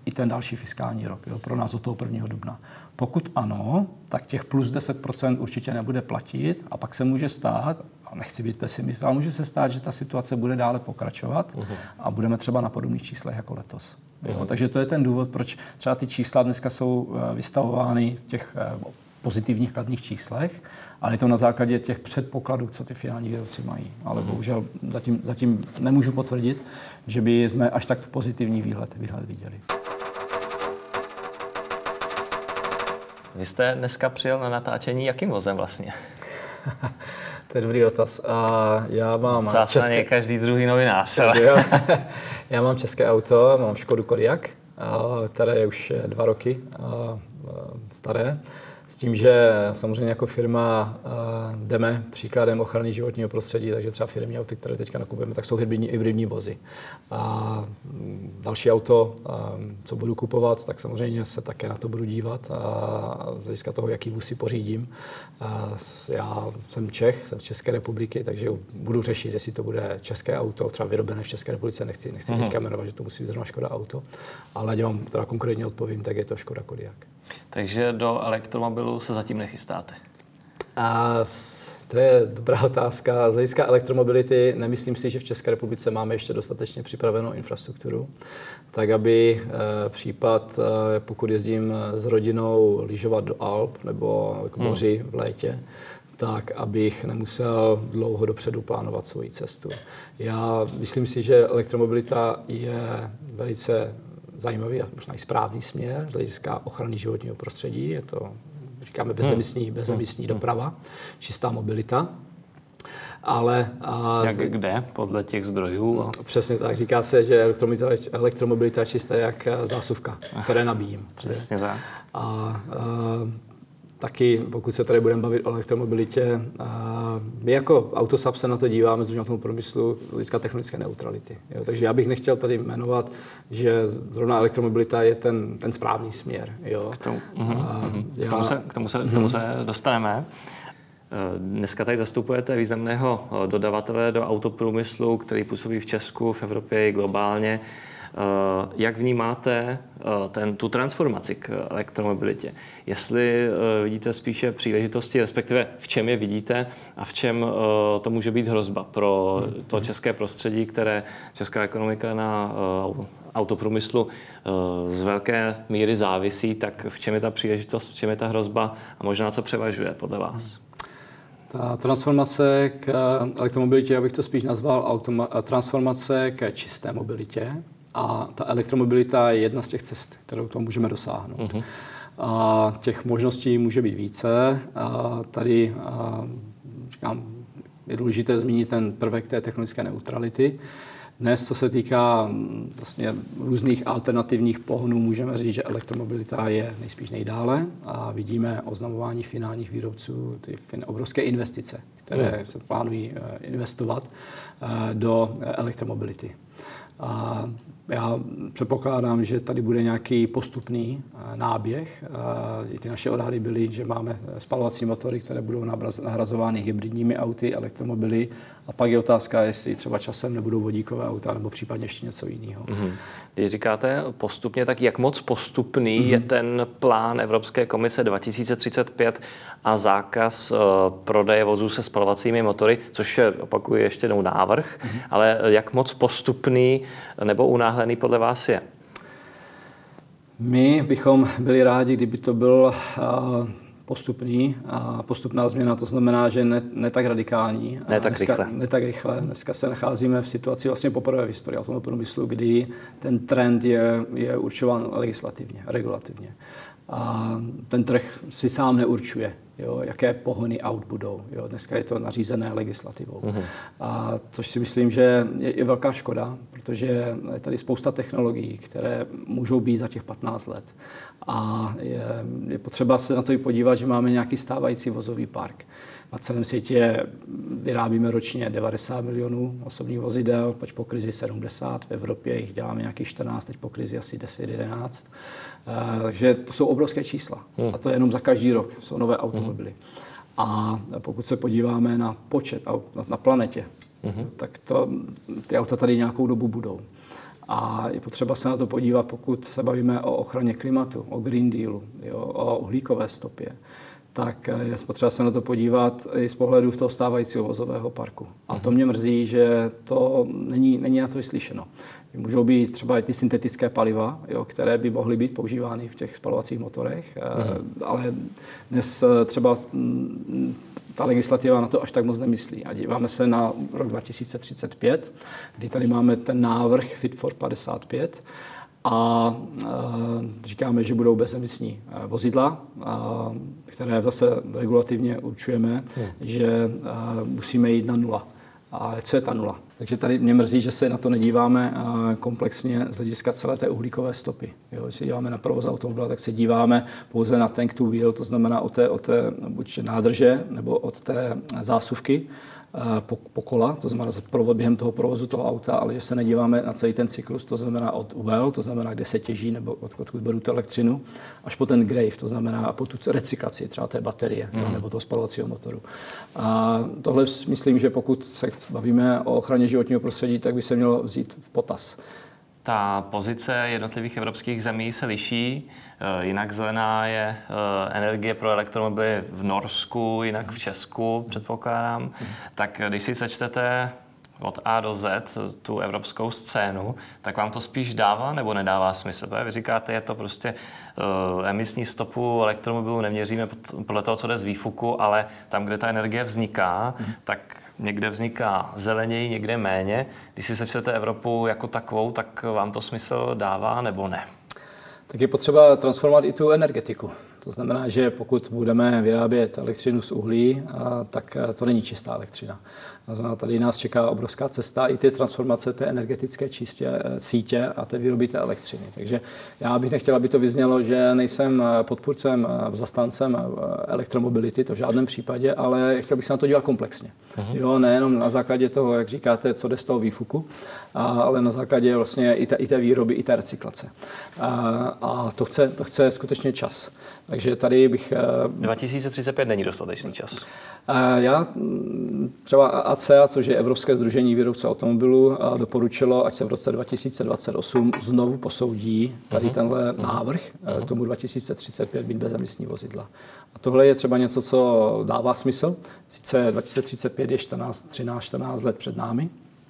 Speaker 3: i ten další fiskální rok, jo, pro nás od toho prvního dubna. Pokud ano, tak těch plus deset procent určitě nebude platit a pak se může stát, a nechci být pesimista, ale může se stát, že ta situace bude dále pokračovat uh-huh. a budeme třeba na podobných číslech jako letos. Jo. Uh-huh. Takže to je ten důvod, proč třeba ty čísla dneska jsou vystavovány v těch pozitivních kladných číslech, ale je to na základě těch předpokladů, co ty finální výrobci mají. Ale uh-huh. bohužel zatím, zatím nemůžu potvrdit, že by jsme až tak pozitivní výhled, výhled viděli.
Speaker 2: Vy jste dneska přijel na natáčení jakým vozem vlastně?
Speaker 3: To je dobrý dotaz. A já mám
Speaker 2: Zase české... každý druhý novinář.
Speaker 3: Já mám české auto, mám Škodu Kodiaq, které je už dva roky staré. S tím, že samozřejmě jako firma jdeme příkladem ochrany životního prostředí, takže třeba firmní auty, které teďka nakupujeme, tak jsou hybridní, hybridní vozy. A další auto, co budu kupovat, tak samozřejmě se také na to budu dívat a z hlediska toho, jaký vůz si pořídím. Já jsem Čech, jsem z České republiky, takže budu řešit, jestli to bude české auto, třeba vyrobené v České republice, nechci, nechci mm-hmm. teďka jmenovat, že to musí být zrovna Škoda auto, ale ať vám teda konkrétně odpovím, tak je to Škoda Kodiaq.
Speaker 2: Takže do elektromobilu se zatím nechystáte?
Speaker 3: A to je dobrá otázka. Z hlediska elektromobility nemyslím si, že v České republice máme ještě dostatečně připravenou infrastrukturu, tak aby e, případ, e, pokud jezdím s rodinou lyžovat do Alp nebo k moři hmm. v létě, tak abych nemusel dlouho dopředu plánovat svoji cestu. Já myslím si, že elektromobilita je velice zajímavý a možná i správný směr z hlediska ochrany životního prostředí. Je to, říkáme, bezemisní, bezemisní doprava, čistá mobilita. Ale... A
Speaker 2: jak kde? Podle těch zdrojů?
Speaker 3: No, přesně tak. Říká se, že elektromobilita, elektromobilita je čistá jak zásuvka, které nabíjím.
Speaker 2: Přesně tak.
Speaker 3: A, a taky, pokud se tady budeme bavit o elektromobilitě, my jako Autosap se na to díváme z tomu průmyslu z hlediska technologické neutrality. Jo? Takže já bych nechtěl tady jmenovat, že zrovna elektromobilita je ten, ten správný směr. Jo?
Speaker 2: K tomu, uh-huh, a, uh-huh. Já, k tomu, se, k tomu, se, k tomu se dostaneme. Dneska tady zastupujete významného dodavatele do autoprůmyslu, který působí v Česku, v Evropě i globálně. Jak vnímáte ten, tu transformaci k elektromobilitě? Jestli vidíte spíše příležitosti, respektive v čem je vidíte a v čem to může být hrozba pro to české prostředí, které česká ekonomika na autoprůmyslu z velké míry závisí, tak v čem je ta příležitost, v čem je ta hrozba a možná co převažuje podle vás?
Speaker 3: Ta transformace k elektromobilitě, já bych to spíš nazval automa- transformace k čisté mobilitě. A ta elektromobilita je jedna z těch cest, kterou to můžeme dosáhnout. Uh-huh. A těch možností může být více. A tady a, říkám, je důležité zmínit ten prvek té technologické neutrality. Dnes, co se týká vlastně různých alternativních pohonů, můžeme říct, že elektromobilita je nejspíš nejdále a vidíme oznamování finálních výrobců, ty obrovské investice, které uh-huh. se plánují investovat do elektromobility. A já předpokládám, že tady bude nějaký postupný náběh. I ty naše odhady byly, že máme spalovací motory, které budou nahrazovány hybridními auty, elektromobily. A pak je otázka, jestli třeba časem nebudou vodíkové auta, nebo případně ještě něco jiného.
Speaker 2: Mm-hmm. Když říkáte postupně, tak jak moc postupný mm-hmm. je ten plán Evropské komise dva tisíce třicet pět a zákaz uh, prodeje vozů se spalovacími motory, což je, opakuju, ještě jednou návrh, mm-hmm. ale jak moc postupný nebo unáhlený podle vás je?
Speaker 3: My bychom byli rádi, kdyby to byl uh, postupný a postupná změna, to znamená, že ne, ne tak radikální.
Speaker 2: Ne tak
Speaker 3: dneska,
Speaker 2: rychle.
Speaker 3: Ne tak rychle. Dneska se nacházíme v situaci vlastně poprvé v historii automobilového průmyslu, kdy ten trend je, je určován legislativně, regulativně. A ten trh si sám neurčuje, jo, jaké pohony aut budou. Jo. Dneska je to nařízené legislativou. Uh-huh. A což si myslím, že je, je velká škoda, protože je tady spousta technologií, které můžou být za těch patnáct let. A je, je potřeba se na to i podívat, že máme nějaký stávající vozový park. Na celém světě vyrábíme ročně devadesát milionů osobních vozidel, teď po krizi sedmdesát, v Evropě jich děláme nějakých čtrnáct, teď po krizi asi deset jedenáct. Takže to jsou obrovské čísla. A to je jenom za každý rok, jsou nové automobily. A pokud se podíváme na počet aut na planetě, uh-huh. tak to, ty auta tady nějakou dobu budou. A je potřeba se na to podívat, pokud se bavíme o ochraně klimatu, o Green Dealu, jo, o uhlíkové stopě, tak je potřeba se na to podívat i z pohledu toho stávajícího vozového parku. A to mě mrzí, že to není, není na to vyslyšeno. Můžou být třeba i ty syntetické paliva, jo, které by mohly být používány v těch spalovacích motorech, mm. ale dnes třeba ta legislativa na to až tak moc nemyslí. A díváme se na rok dva tisíce třicet pět, kdy tady máme ten návrh Fit for padesát pět, a říkáme, že budou bezemisní vozidla, které zase regulativně určujeme, hmm. že musíme jít na nula. Ale co je ta nula? Takže tady mě mrzí, že se na to nedíváme komplexně z hlediska celé té uhlíkové stopy. Jo, když se díváme na provoz automobila, tak se díváme pouze na tank to wheel, to znamená od té, od té buď nádrže nebo od té zásuvky po, po kola, to znamená během toho provozu toho auta, ale že se nedíváme na celý ten cyklus, to znamená od well, to znamená, kde se těží nebo od, odkud beru tu elektřinu, až po ten grave, to znamená po tu recyklaci třeba té baterie mm. nebo toho spalovacího motoru. A tohle myslím, že pokud se bavíme o ochraně životního prostředí, tak by se mělo vzít v potaz.
Speaker 2: Ta pozice jednotlivých evropských zemí se liší. Jinak zelená je energie pro elektromobily v Norsku, jinak v Česku, předpokládám. Tak když si sečtete od A do Z tu evropskou scénu, tak vám to spíš dává nebo nedává smysl? Vy říkáte, je to prostě uh, emisní stopu elektromobilů neměříme podle toho, co jde z výfuku, ale tam, kde ta energie vzniká, mm. tak někde vzniká zeleněji, někde méně. Když si sečtete Evropu jako takovou, tak vám to smysl dává nebo ne?
Speaker 3: Tak je potřeba transformovat i tu energetiku. To znamená, že pokud budeme vyrábět elektřinu z uhlí, tak to není čistá elektřina. To znamená, tady nás čeká obrovská cesta i ty transformace té energetické čistě sítě a té výroby té elektřiny. Takže já bych nechtěl, aby to vyznělo, že nejsem podpůrcem, zastáncem elektromobility, to v žádném případě, ale chtěl bych se na to dívat komplexně. Uh-huh. Jo, nejenom na základě toho, jak říkáte, co jde z toho výfuku, ale na základě vlastně i té, i té výroby, i té recyklace. A, a to chce, to chce skutečně čas. Takže tady bych...
Speaker 2: dva tisíce třicet pět není dostatečný čas.
Speaker 3: Já třeba A C A, což je Evropské sdružení výrobců automobilů, doporučilo, ať se v roce dva tisíce dvacet osm znovu posoudí tady tenhle návrh k tomu dva tisíce třicet pět být bezemisní vozidla. A tohle je třeba něco, co dává smysl. Sice dva tisíce třicet pět je čtrnáct, třináct, čtrnáct let před námi,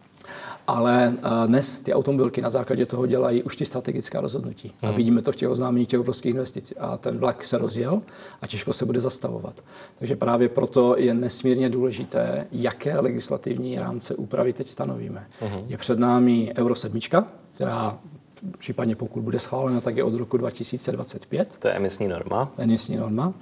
Speaker 3: ale dnes ty automobilky na základě toho dělají už ty strategická rozhodnutí. A vidíme to v těch oznámení těch obrovských investic. A ten vlak se rozjel a těžko se bude zastavovat. Takže právě proto je nesmírně důležité, jaké legislativní rámce úpravy teď stanovíme. Uh-huh. Je před námi Euro sedm, která případně pokud bude schválena, tak je od roku dva tisíce dvacet pět.
Speaker 2: To je emisní norma.
Speaker 3: Emisní norma.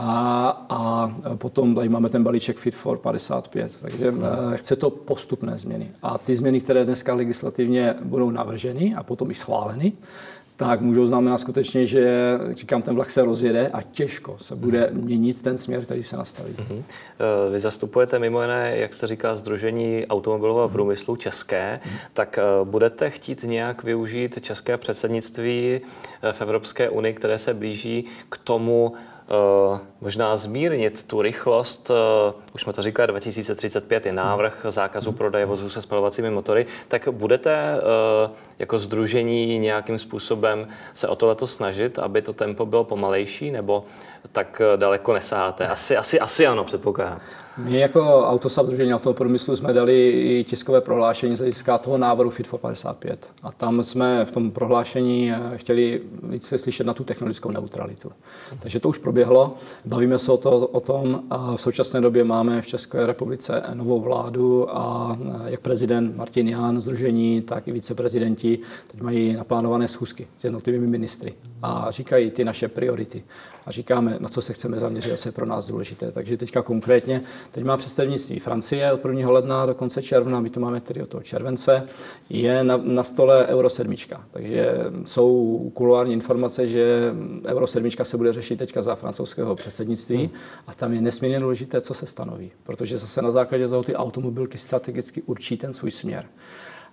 Speaker 3: A, a potom tady máme ten balíček Fit for padesát pět. Takže hmm. chce to postupné změny. A ty změny, které dneska legislativně budou navrženy a potom i schváleny, tak můžou znamenat skutečně, že říkám, ten vlak se rozjede a těžko se bude měnit ten směr, který se nastaví.
Speaker 2: Mm-hmm. Vy zastupujete mimo jiné, jak jste říká, Sdružení automobilového mm-hmm. průmyslu české, mm-hmm. tak budete chtít nějak využít české předsednictví v Evropské unii, které se blíží k tomu, Uh, možná zmírnit tu rychlost, uh, už jsme to říkali, dva tisíce třicet pět je návrh zákazu prodeje vozů se spalovacími motory, tak budete uh, jako sdružení nějakým způsobem se o tohleto snažit, aby to tempo bylo pomalejší, nebo tak daleko nesaháte? Asi, asi, asi ano, předpokládám.
Speaker 3: My jako Autosap, Sdružení autoprůmyslu, jsme dali i tiskové prohlášení z hlediska toho návrhu Fit for padesát pět. A tam jsme v tom prohlášení chtěli více slyšet na tu technologickou neutralitu. Takže to už proběhlo. Bavíme se o, to, o tom a v současné době máme v České republice novou vládu a jak prezident Martin Jahn sdružení, tak i viceprezidenti teď mají naplánované schůzky s jednotlivými ministry a říkají ty naše priority. A říkáme, na co se chceme zaměřit, co je pro nás důležité. Takže teďka konkrétně, teď má představnictví Francie od prvního ledna do konce června, my to máme tedy od toho července, je na, na stole Euro sedm. Takže jsou kuloární informace, že Euro sedm se bude řešit teďka za francouzského předsednictví hmm. a tam je nesmírně důležité, co se stanoví. Protože zase na základě toho ty automobilky strategicky určí ten svůj směr.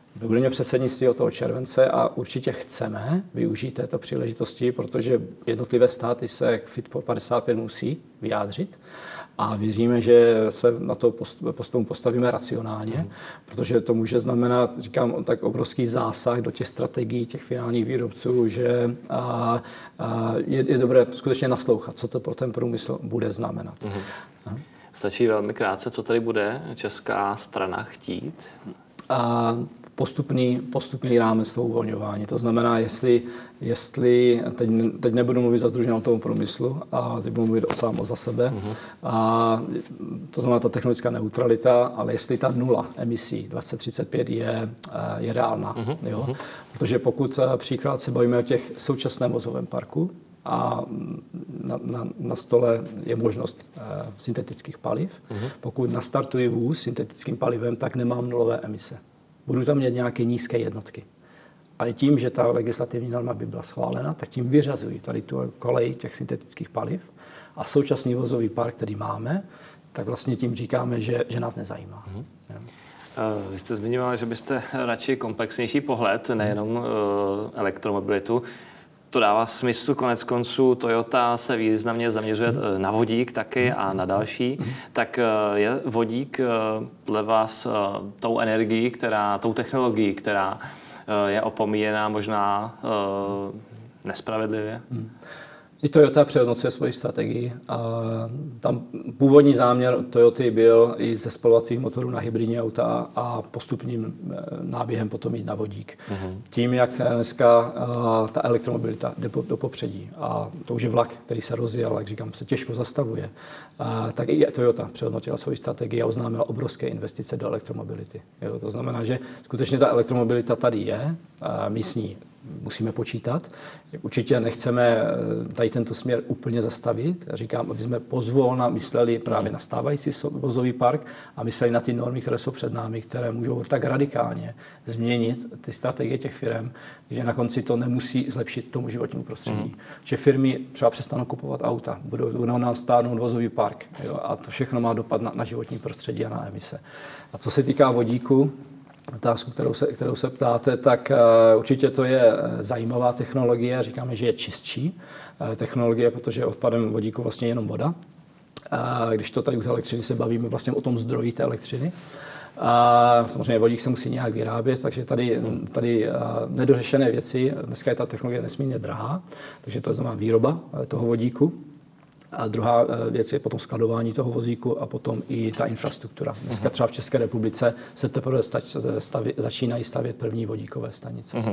Speaker 3: Budeme předsednictví od toho července a určitě chceme využít této příležitosti, protože jednotlivé státy se k Fit for padesát pět musí vyjádřit a věříme, že se na to postupem postavíme racionálně, mm. protože to může znamenat, říkám, tak obrovský zásah do těch strategií těch finálních výrobců, že a, a je, je dobré skutečně naslouchat, co to pro ten průmysl bude znamenat. Mm.
Speaker 2: Stačí velmi krátce, co tady bude česká strana chtít?
Speaker 3: A postupný, postupný rámec toho uvolňování. To znamená, jestli, jestli teď, teď nebudu mluvit za Sdružení automobilového průmyslu, a teď budu mluvit o sám o za sebe. Uh-huh. A to znamená ta technologická neutralita, ale jestli ta nula emisí dvacet třicet pět je, je reálná. Uh-huh. Jo? Uh-huh. Protože pokud příklad se bavíme o těch současném vozovém parku, a na, na, na stole je možnost uh, syntetických paliv. Uh-huh. Pokud nastartuji vůz syntetickým palivem, tak nemám nulové emise. Budu tam mít nějaké nízké jednotky. Ale tím, že ta legislativní norma by byla schválena, tak tím vyřazuji tady tu kolej těch syntetických paliv a současný vozový park, který máme, tak vlastně tím říkáme, že, že nás nezajímá. Uh-huh.
Speaker 2: Uh, vy jste zmiňoval, že byste radši komplexnější pohled, nejenom uh, elektromobilitu. To dává smysl, konec konců Toyota se významně zaměřuje na vodík taky a na další. Tak je vodík dle vás tou energií, která, tou technologií, která je opomíjená možná nespravedlivě?
Speaker 3: I Toyota přehodnocuje svoji strategii. A tam původní záměr Toyoty byl i ze spalovacích motorů na hybridní auta a postupným náběhem potom jít na vodík. Uh-huh. Tím, jak dneska ta elektromobilita jde do popředí a to už je vlak, který se rozjel, jak říkám, se těžko zastavuje, tak i Toyota přehodnotila svoji strategii a oznámila obrovské investice do elektromobility. Jo, to znamená, že skutečně ta elektromobilita tady je, my s ní musíme počítat. Určitě nechceme tady tento směr úplně zastavit. Říkám, aby jsme pozvolna mysleli právě na stávající vozový park a mysleli na ty normy, které jsou před námi, které můžou tak radikálně změnit ty strategie těch firm, že na konci to nemusí zlepšit tomu životnímu prostředí. Mm. Že firmy třeba přestanou kupovat auta, budou, budou nám stárnout vozový park. Jo, a to všechno má dopad na, na životní prostředí a na emise. A co se týká vodíku, otázku, kterou se, kterou se ptáte, tak uh, určitě to je zajímavá technologie. Říkáme, že je čistší uh, technologie, protože odpadem vodíku vlastně jenom voda. Uh, když to tady u elektřiny se bavíme vlastně o tom zdroji té elektřiny. A samozřejmě vodík se musí nějak vyrábět, takže tady, tady uh, nedořešené věci. Dneska je ta technologie nesmírně drahá, takže to znamená výroba uh, toho vodíku. A druhá věc je potom skladování toho vozíku a potom i ta infrastruktura. Dneska třeba v České republice se teprve stavi, začínají stavět první vodíkové stanice. Uh-huh.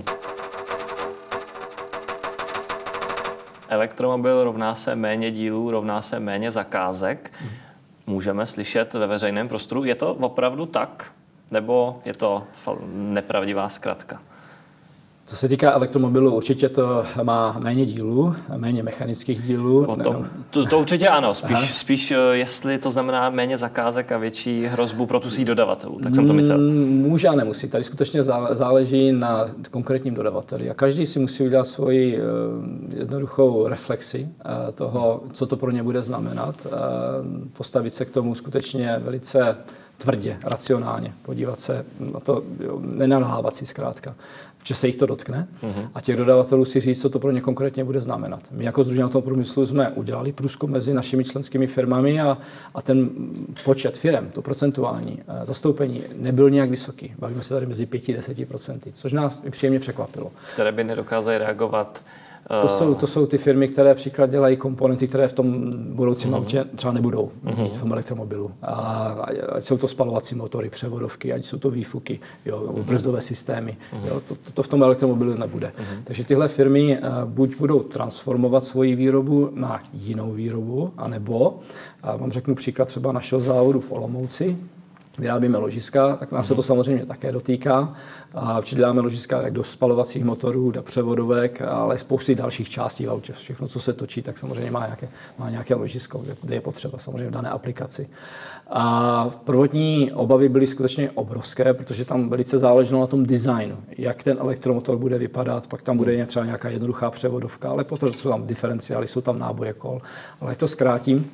Speaker 2: Elektromobil rovná se méně dílů, rovná se méně zakázek. Uh-huh. Můžeme slyšet ve veřejném prostoru. Je to opravdu tak? Nebo je to nepravdivá zkratka?
Speaker 3: Co se týká elektromobilu, určitě to má méně dílů, méně mechanických dílů.
Speaker 2: To, to, to určitě ano, spíš, spíš jestli to znamená méně zakázek a větší hrozbu pro tu síť dodavatelů, tak jsem to myslel.
Speaker 3: Může a nemusí, tady skutečně záleží na konkrétním dodavateli a každý si musí udělat svoji jednoduchou reflexi toho, co to pro ně bude znamenat, postavit se k tomu skutečně velice tvrdě, racionálně, podívat se na to, nenalhávat si zkrátka, že se jich to dotkne uh-huh. a těch dodavatelů si říct, co to pro ně konkrétně bude znamenat. My jako Sdružení automobilového průmyslu jsme udělali průzkum mezi našimi členskými firmami a, a ten počet firem, to procentuální zastoupení nebyl nějak vysoký. Bavíme se tady mezi pěti a deseti procenty, což nás příjemně překvapilo.
Speaker 2: Které by nedokázaly reagovat.
Speaker 3: To jsou, to jsou ty firmy, které příklad dělají komponenty, které v tom budoucím uh-huh. autě třeba nebudou uh-huh. mít v tom elektromobilu. A ať jsou to spalovací motory, převodovky, ať jsou to výfuky, jo, uh-huh. brzdové systémy. Uh-huh. Jo, to, to, to v tom elektromobilu nebude. Uh-huh. Takže tyhle firmy uh, buď budou transformovat svoji výrobu na jinou výrobu, anebo, uh, vám řeknu příklad třeba našeho závodu v Olomouci, vyrábíme ložiska, tak nás se to samozřejmě také dotýká. Určitě děláme ložiska jak do spalovacích motorů, do převodovek, ale spousty dalších částí v autě. Všechno, co se točí, tak samozřejmě má nějaké, má nějaké ložisko, kde je potřeba samozřejmě v dané aplikaci. A prvotní obavy byly skutečně obrovské, protože tam velice záleželo na tom designu, jak ten elektromotor bude vypadat, pak tam bude třeba nějaká jednoduchá převodovka, ale potom jsou tam diferenciály, jsou tam náboje kol. Ale jak to zkrátím,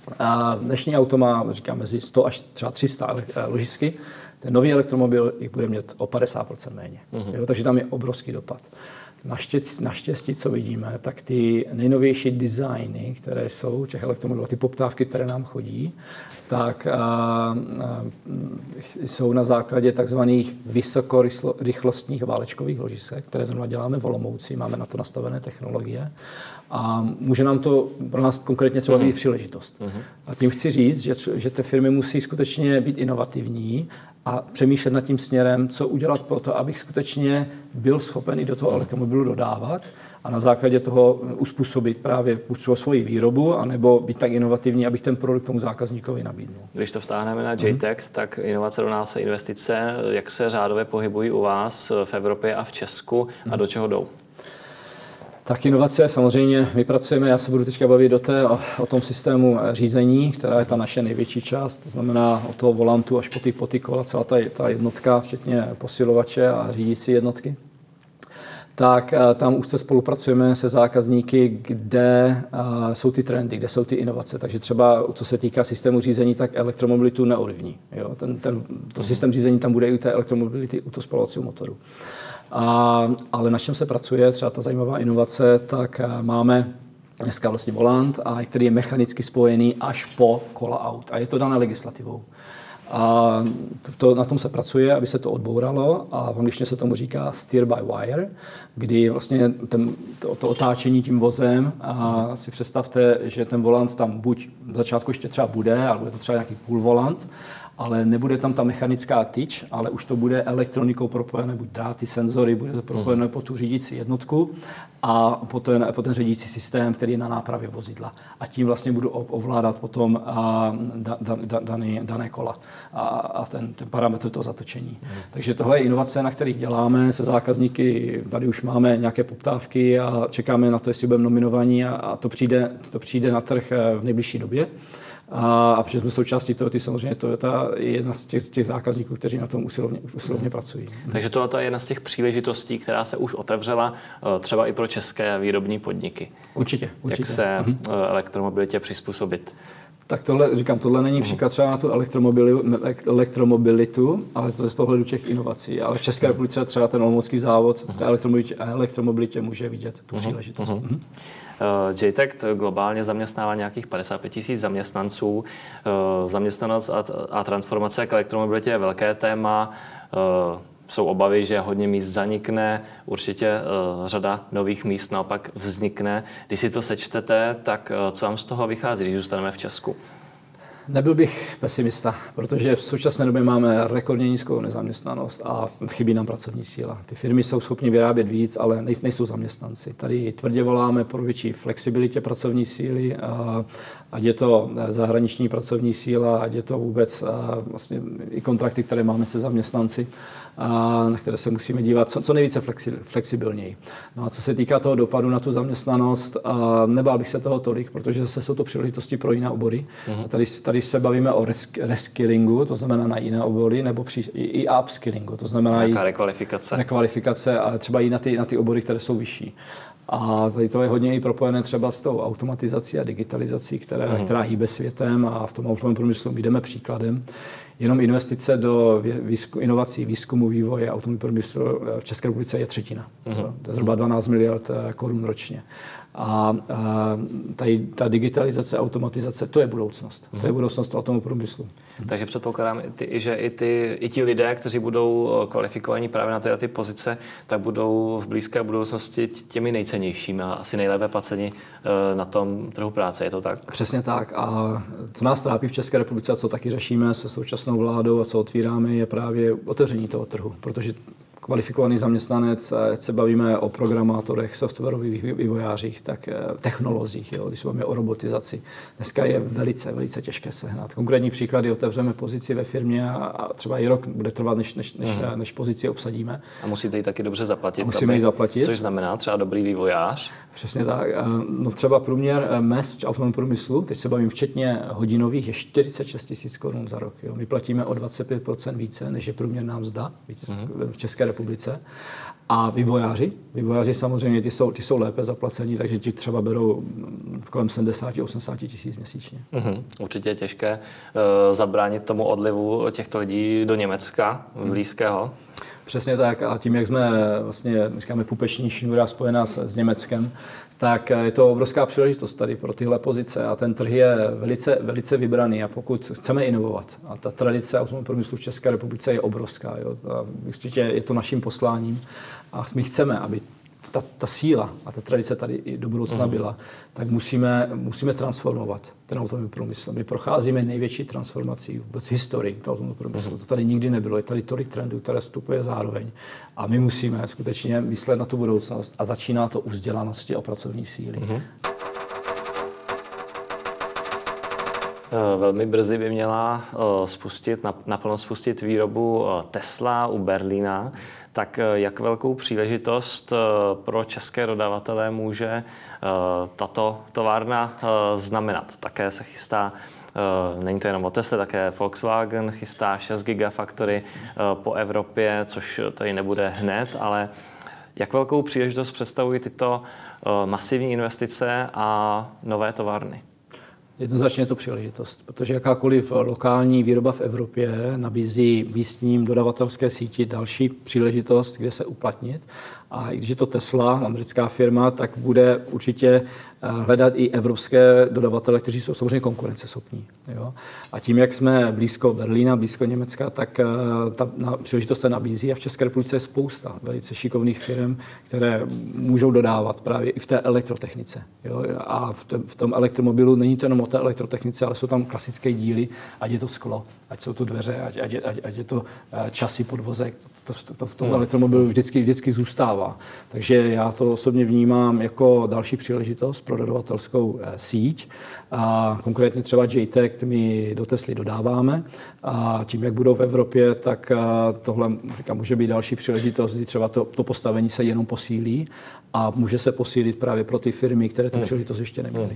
Speaker 3: A dnešní auto má, říkám, mezi sto až třeba tři sta ložisky. Ten nový elektromobil jich bude mít o padesát procent méně. Mm-hmm. Jo, takže tam je obrovský dopad. Naštěstí, naštěstí, co vidíme, tak ty nejnovější designy, které jsou těch elektromobilů, ty poptávky, které nám chodí, tak a, a, jsou na základě takzvaných vysokorychlostních válečkových ložisek, které zrovna děláme v Olomouci, máme na to nastavené technologie a může nám to pro nás konkrétně třeba být příležitost. Uh-huh. A tím chci říct, že, že ty firmy musí skutečně být inovativní a přemýšlet nad tím směrem, co udělat pro to, abych skutečně byl schopen i do toho elektromobilu dodávat a na základě toho uspůsobit právě svoji výrobu, anebo být tak inovativní, abych ten produkt tomu zákazníkovi nabídnul.
Speaker 2: Když to vztáhneme na J TEC, mm. tak inovace do nás a investice, jak se řádově pohybují u vás v Evropě a v Česku a do čeho jdou?
Speaker 3: Tak inovace, samozřejmě my pracujeme, já se budu teďka bavit o, té, o, o tom systému řízení, která je ta naše největší část, to znamená od toho volantu až po ty, po ty kola, celá ta, ta jednotka, včetně posilovače a řídící jednotky. Tak tam úzce spolupracujeme se zákazníky, kde uh, jsou ty trendy, kde jsou ty inovace. Takže třeba, co se týká systému řízení, tak elektromobilitu neovlivní. Jo? Ten, ten, to systém řízení tam bude i u té elektromobility, u toho spalovacího motoru. A, ale na čem se pracuje, třeba ta zajímavá inovace, tak máme dneska vlastně volant, a který je mechanicky spojený až po kola aut. A je to dané legislativou. A to, na tom se pracuje, aby se to odbouralo a v angličtině se tomu říká steer by wire, kdy vlastně ten, to, to otáčení tím vozem a si představte, že ten volant tam buď v začátku ještě třeba bude, ale bude to třeba nějaký půl volant, ale nebude tam ta mechanická tyč, ale už to bude elektronikou propojené, buď dráty, senzory, bude to propojené po tu řídící jednotku a po ten, po ten řídící systém, který je na nápravě vozidla. A tím vlastně budu ovládat potom a, da, da, da, daný, dané kola a, a ten, ten parametr toho zatočení. Hmm. Takže tohle je inovace, na kterých děláme se zákazníky. Tady už máme nějaké poptávky a čekáme na to, jestli budeme nominovaní a, a to, přijde, to přijde na trh v nejbližší době. A, a protože jsme součástí Toyoty, samozřejmě Toyota je jedna z těch, z těch zákazníků, kteří na tom usilovně, usilovně pracují.
Speaker 2: Takže tohle je jedna z těch příležitostí, která se už otevřela třeba i pro české výrobní podniky.
Speaker 3: Určitě, určitě.
Speaker 2: Jak se uh-huh. elektromobilitě přizpůsobit.
Speaker 3: Tak tohle, říkám, tohle není příklad třeba na tu elektromobilitu, ale to je z pohledu těch inovací. Ale v České republice třeba ten olomoucký závod té elektromobilitě, elektromobilitě může vidět tu příležitost. Uh-huh. Uh-huh.
Speaker 2: J TEC globálně zaměstnává nějakých padesát pět tisíc zaměstnanců. Zaměstnanost a, a transformace k elektromobilitě je velké téma. Jsou obavy, že hodně míst zanikne, určitě uh, řada nových míst naopak vznikne. Když si to sečtete, tak uh, co vám z toho vychází, když zůstaneme v Česku?
Speaker 3: Nebyl bych pesimista, protože v současné době máme rekordně nízkou nezaměstnanost a chybí nám pracovní síla. Ty firmy jsou schopny vyrábět víc, ale nejsou zaměstnanci. Tady tvrdě voláme po větší flexibilitě pracovní síly, a ať je to zahraniční pracovní síla, ať je to vůbec vlastně i kontrakty, které máme se zaměstnanci, a na které se musíme dívat co, co nejvíce flexi, flexibilněji. No a co se týká toho dopadu na tu zaměstnanost, a nebál bych se toho tolik, protože zase jsou to příležitosti pro jiné obory. Mm-hmm. Tady, tady se bavíme o reskillingu, to znamená na jiné obory, nebo při, i, i upskillingu, to znamená i
Speaker 2: rekvalifikace.
Speaker 3: rekvalifikace a třeba i na ty, na ty obory, které jsou vyšší. A tady to je hodně i propojené třeba s tou automatizací a digitalizací, které, mm. která hýbe světem a v tom automobilovém průmyslu jdeme příkladem. Jenom investice do výzku, inovací, výzkumu, vývoje automobilového průmyslu v České republice je třetina. Mm. To je zhruba dvanáct miliard korun ročně. A, a tady, ta digitalizace, automatizace, to je budoucnost. Mm. To je budoucnost automobilového průmyslu.
Speaker 2: Takže předpokládám, ty, že i, ty, i ti lidé, kteří budou kvalifikovaní právě na ty, ty pozice, tak budou v blízké budoucnosti těmi nejcennějšími a asi nejlépe placeni na tom trhu práce. Je to tak?
Speaker 3: Přesně tak. A co nás trápí v České republice a co taky řešíme se současnou vládou a co otvíráme, je právě otevření toho trhu. Protože kvalifikovaný zaměstnanec, ať se bavíme o programátorech, softwarových vývojářích, tak technologiích, jo, když se bavíme o robotizaci. Dneska je velice, velice těžké sehnat. Konkrétní příklady, otevřeme pozici ve firmě a, a třeba i rok bude trvat, než, než, než, uh-huh. než pozici obsadíme.
Speaker 2: A musíte ji taky dobře zaplatit.
Speaker 3: A musíme ji zaplatit.
Speaker 2: Což znamená třeba dobrý vývojář.
Speaker 3: Přesně tak. No třeba průměr mezd v automobilovém průmyslu, teď se bavím včetně hodinových, je čtyřicet šest tisíc korun za rok. Jo. My platíme o dvacet pět procent více, než je průměrná mzda víc uh-huh. v České republice. A vývojáři, vývojáři samozřejmě ty jsou, ty jsou lépe zaplacení, takže ti třeba berou kolem sedmdesát až osmdesát tisíc měsíčně.
Speaker 2: Mm-hmm. Určitě je těžké uh, zabránit tomu odlivu těchto lidí do Německa, blízkého.
Speaker 3: Přesně tak, a tím, jak jsme vlastně, říkáme, pupeční šňůra spojená s, s Německem, tak je to obrovská příležitost tady pro tyhle pozice a ten trh je velice, velice vybraný a pokud chceme inovovat a ta tradice automobilového průmyslu v České republice je obrovská, jo, a určitě je to naším posláním a my chceme, aby ta, ta síla a ta tradice tady i do budoucna byla, tak musíme, musíme transformovat ten automobilový průmysl. My procházíme největší transformací vůbec v historii toho automobilového průmyslu. To tady nikdy nebylo. Je tady tolik trendů, které vstupuje zároveň. A my musíme skutečně myslet na tu budoucnost a začíná to u vzdělanosti a pracovní síly. Mm-hmm.
Speaker 2: Velmi brzy by měla spustit, naplno spustit výrobu Tesla u Berlína. Tak jak velkou příležitost pro české dodavatele může tato továrna znamenat? Také se chystá, není to jenom o Tesla, také Volkswagen chystá šest gigafactory po Evropě, což tady nebude hned, ale jak velkou příležitost představují tyto masivní investice a nové továrny?
Speaker 3: Jednoznačně je to příležitost, protože jakákoliv lokální výroba v Evropě nabízí místním dodavatelské síti další příležitost, kde se uplatnit. A i když je to Tesla, americká firma, tak bude určitě hledat i evropské dodavatele, kteří jsou samozřejmě konkurenceschopní. Jo? A tím, jak jsme blízko Berlína, blízko Německa, tak ta příležitost se nabízí a v České republice je spousta velice šikovných firm, které můžou dodávat právě i v té elektrotechnice. Jo? A v tom elektromobilu není to jenom o té elektrotechnice, ale jsou tam klasické díly, ať je to sklo, ať jsou to dveře, ať, ať, ať, ať je to časy, podvozek. To, to, to v tom elektromobilu vždycky, vždycky zůstává. Takže já to osobně vnímám jako další příležitost pro dodavatelskou síť. A konkrétně třeba J T E C my do Tesly dodáváme. A tím, jak budou v Evropě, tak tohle říkám, může být další příležitost, kdy třeba to, to postavení se jenom posílí a může se posílit právě pro ty firmy, které tu příležitost ještě neměly.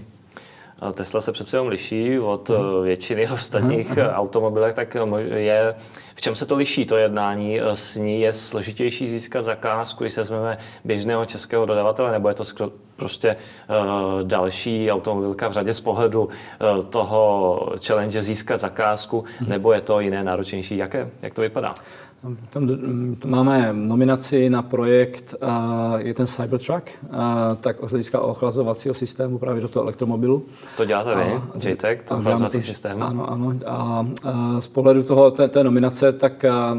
Speaker 2: Tesla se přece jenom liší od většiny ostatních automobilek, tak je, v čem se to liší, to jednání s ní? Je složitější získat zakázku, když se vezmeme běžného českého dodavatele, nebo je to skro, prostě uh, další automobilka v řadě z pohledu uh, toho challenge získat zakázku, nebo je to jiné, náročnější? Jaké, jak to vypadá?
Speaker 3: Tam máme nominaci na projekt, je ten Cybertruck, tak hlediska ochlazovacího systému právě do toho elektromobilu.
Speaker 2: To děláte vy, J T E C, to ochlazovací systém?
Speaker 3: Ano, ano. A, a z pohledu toho, té, té nominace, tak a,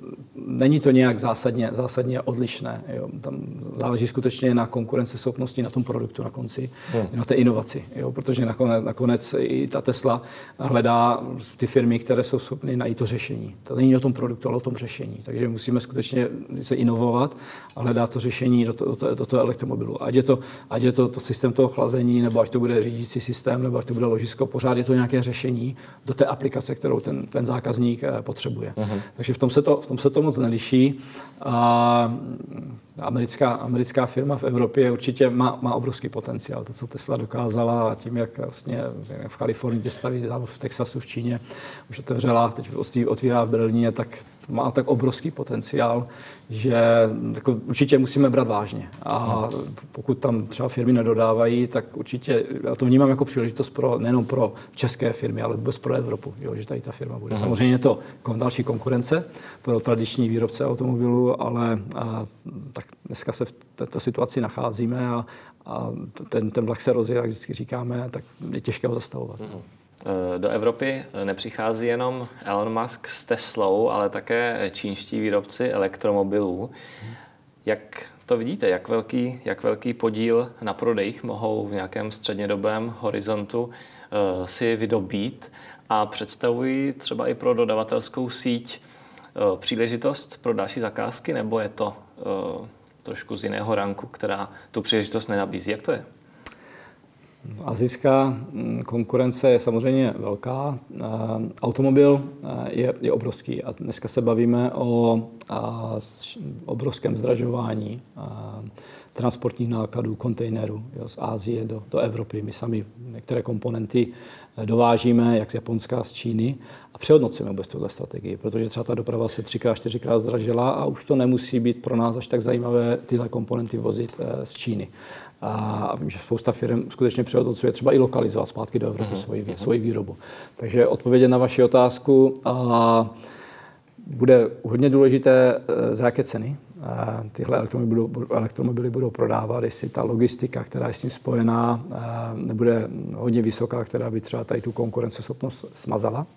Speaker 3: není to nějak zásadně, zásadně odlišné. Jo. Tam záleží skutečně na konkurenceschopnosti, na tom produktu na konci, hmm. na té inovaci. Jo. Protože nakonec, nakonec i ta Tesla hledá ty firmy, které jsou schopny najít to řešení. To není o tom produktu, ale o tom řešení. Takže musíme skutečně se inovovat a hledat to řešení do, to, do, to, do toho elektromobilu. Ať je to, ať je to, to systém toho chlazení, nebo ať to bude řídící systém, nebo ať to bude ložisko, pořád je to nějaké řešení do té aplikace, kterou ten, ten zákazník potřebuje. Uh-huh. Takže v tom se to, v tom se to moc neliší. A americká, americká firma v Evropě určitě má, má obrovský potenciál. To, co Tesla dokázala, a tím, jak vlastně v Kalifornii staví, v Texasu, v Číně už otevřela, teď otvírá v Berlíně, tak má tak obrovský potenciál, že jako určitě musíme brát vážně. A pokud tam třeba firmy nedodávají, tak určitě, já to vnímám jako příležitost pro, nejenom pro české firmy, ale vůbec pro Evropu, jo, že tady ta firma bude. Aha. Samozřejmě je to další konkurence pro tradiční výrobce automobilů, ale a, tak dneska se v této situaci nacházíme a, a ten, ten vlak se rozjel, jak vždycky říkáme, tak je těžké ho zastavovat. Aha.
Speaker 2: Do Evropy nepřichází jenom Elon Musk s Teslou, ale také čínští výrobci elektromobilů. Jak to vidíte? Jak velký, jak velký podíl na prodejích mohou v nějakém střednědobém horizontu uh, si vydobít a představují třeba i pro dodavatelskou síť uh, příležitost pro další zakázky, nebo je to uh, trošku z jiného ranku, která tu příležitost nenabízí? Jak to je?
Speaker 3: Asijská konkurence je samozřejmě velká. Automobil je, je obrovský a dneska se bavíme o a, obrovském zdražování. A, transportních nákladů, kontejnerů jo, z Asie do, do Evropy. My sami některé komponenty dovážíme, jak z Japonska, z Číny a přehodnocujeme vůbec tuhle strategii, protože třeba ta doprava se třikrát, čtyřikrát zdražila a už to nemusí být pro nás až tak zajímavé tyhle komponenty vozit z Číny. A vím, že spousta firm skutečně přehodnocuje třeba i lokalizovat zpátky do Evropy uh-huh, svoji, uh-huh. svoji výrobu. Takže odpovědět na vaši otázku, a bude hodně důležité, za jaké ceny tyhle elektromobily budou, elektromobily budou prodávat, jestli ta logistika, která je s tím spojená, nebude hodně vysoká, která by třeba tady tu konkurenceschopnost smazala.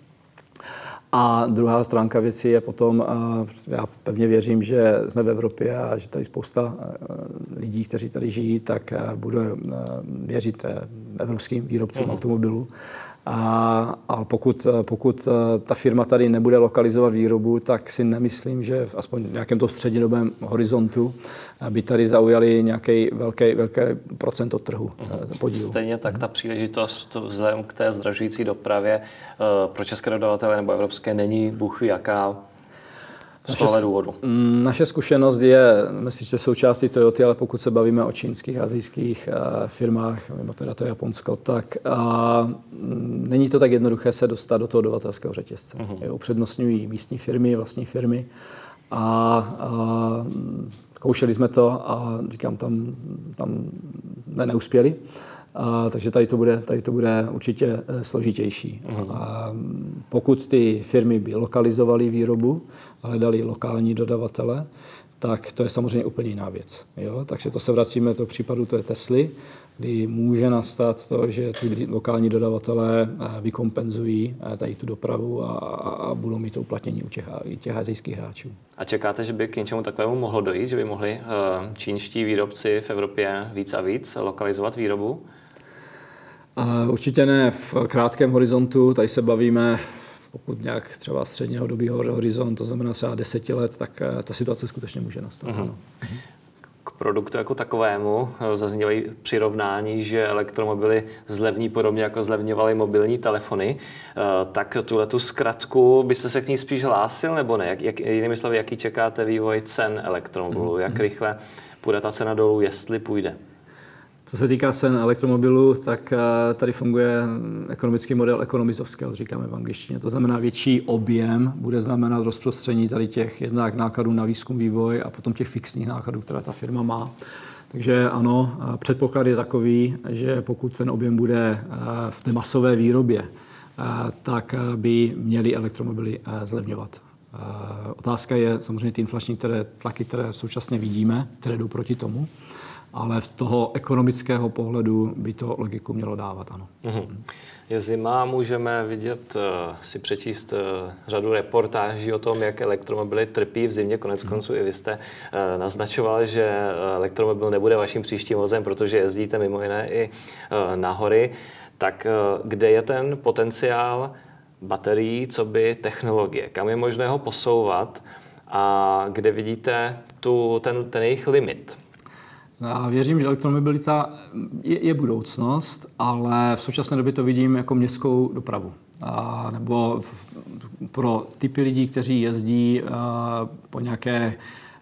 Speaker 3: A druhá stránka věci je potom, já pevně věřím, že jsme v Evropě a že tady spousta lidí, kteří tady žijí, tak bude věřit evropským výrobcům mm. automobilů. A, a pokud, pokud ta firma tady nebude lokalizovat výrobu, tak si nemyslím, že v aspoň v nějakém to střednědobém horizontu by tady zaujali nějaké velké, velké procento trhu mm. podílu.
Speaker 2: Stejně tak ta příležitost vzhledem k té zdražující dopravě pro české dodavatele nebo evropské není bůh ví jaká. Z tohle důvodu.
Speaker 3: Naše zkušenost je, myslím, že součástí Toyoty, ale pokud se bavíme o čínských, asijských firmách, mimo teda to Japonsko, tak a, není to tak jednoduché se dostat do toho dodavatelského řetězce. Uh-huh. Upřednostňují místní firmy, vlastní firmy a, a zkoušeli jsme to a říkám, tam, tam ne, neuspěli. A, takže tady to bude, tady to bude určitě složitější. Uh-huh. A pokud ty firmy by lokalizovaly výrobu, hledali lokální dodavatele, tak to je samozřejmě úplně jiná věc. Jo? Takže to se vracíme do případu té Tesly, kdy může nastat to, že ty lokální dodavatelé vykompenzují tady tu dopravu a, a budou mít to uplatnění u těch, těch asijských hráčů.
Speaker 2: A čekáte, že by k něčemu takovému mohlo dojít, že by mohli čínští výrobci v Evropě víc a víc lokalizovat výrobu?
Speaker 3: Určitě ne v krátkém horizontu, tady se bavíme, pokud nějak třeba středního dobího horizont, to znamená třeba deseti let, tak ta situace skutečně může nastat. Uh-huh. Ano.
Speaker 2: K produktu jako takovému zaznívají přirovnání, že elektromobily zlevní podobně jako zlevňovaly mobilní telefony. Tak tuhletu zkratku byste se k ní spíš hlásil nebo ne? Jak, jak, jinými slovy, jaký čekáte vývoj cen elektromobilů? Uh-huh. Jak rychle půjde ta cena dolů, jestli půjde?
Speaker 3: Co se týká cen elektromobilů, tak tady funguje ekonomický model economies of scale, říkáme v angličtině. To znamená, větší objem bude znamenat rozprostření tady těch jednak nákladů na výzkum, vývoj a potom těch fixních nákladů, které ta firma má. Takže ano, předpoklad je takový, že pokud ten objem bude v té masové výrobě, tak by měly elektromobily zlevňovat. Otázka je samozřejmě ty inflační které, tlaky, které současně vidíme, které jdou proti tomu. Ale v toho ekonomického pohledu by to logiku mělo dávat, ano.
Speaker 2: Mm-hmm. Je zima, můžeme vidět, si přečíst řadu reportáží o tom, jak elektromobily trpí v zimě. Konec konců i vy jste naznačoval, že elektromobil nebude vaším příštím vozem, protože jezdíte mimo jiné i na hory. Tak kde je ten potenciál baterií, co by technologie? Kam je možné ho posouvat a kde vidíte tu, ten, ten jejich limit?
Speaker 3: Já věřím, že elektromobilita je, je budoucnost, ale v současné době to vidím jako městskou dopravu. A, nebo v, pro typy lidí, kteří jezdí a, po nějaké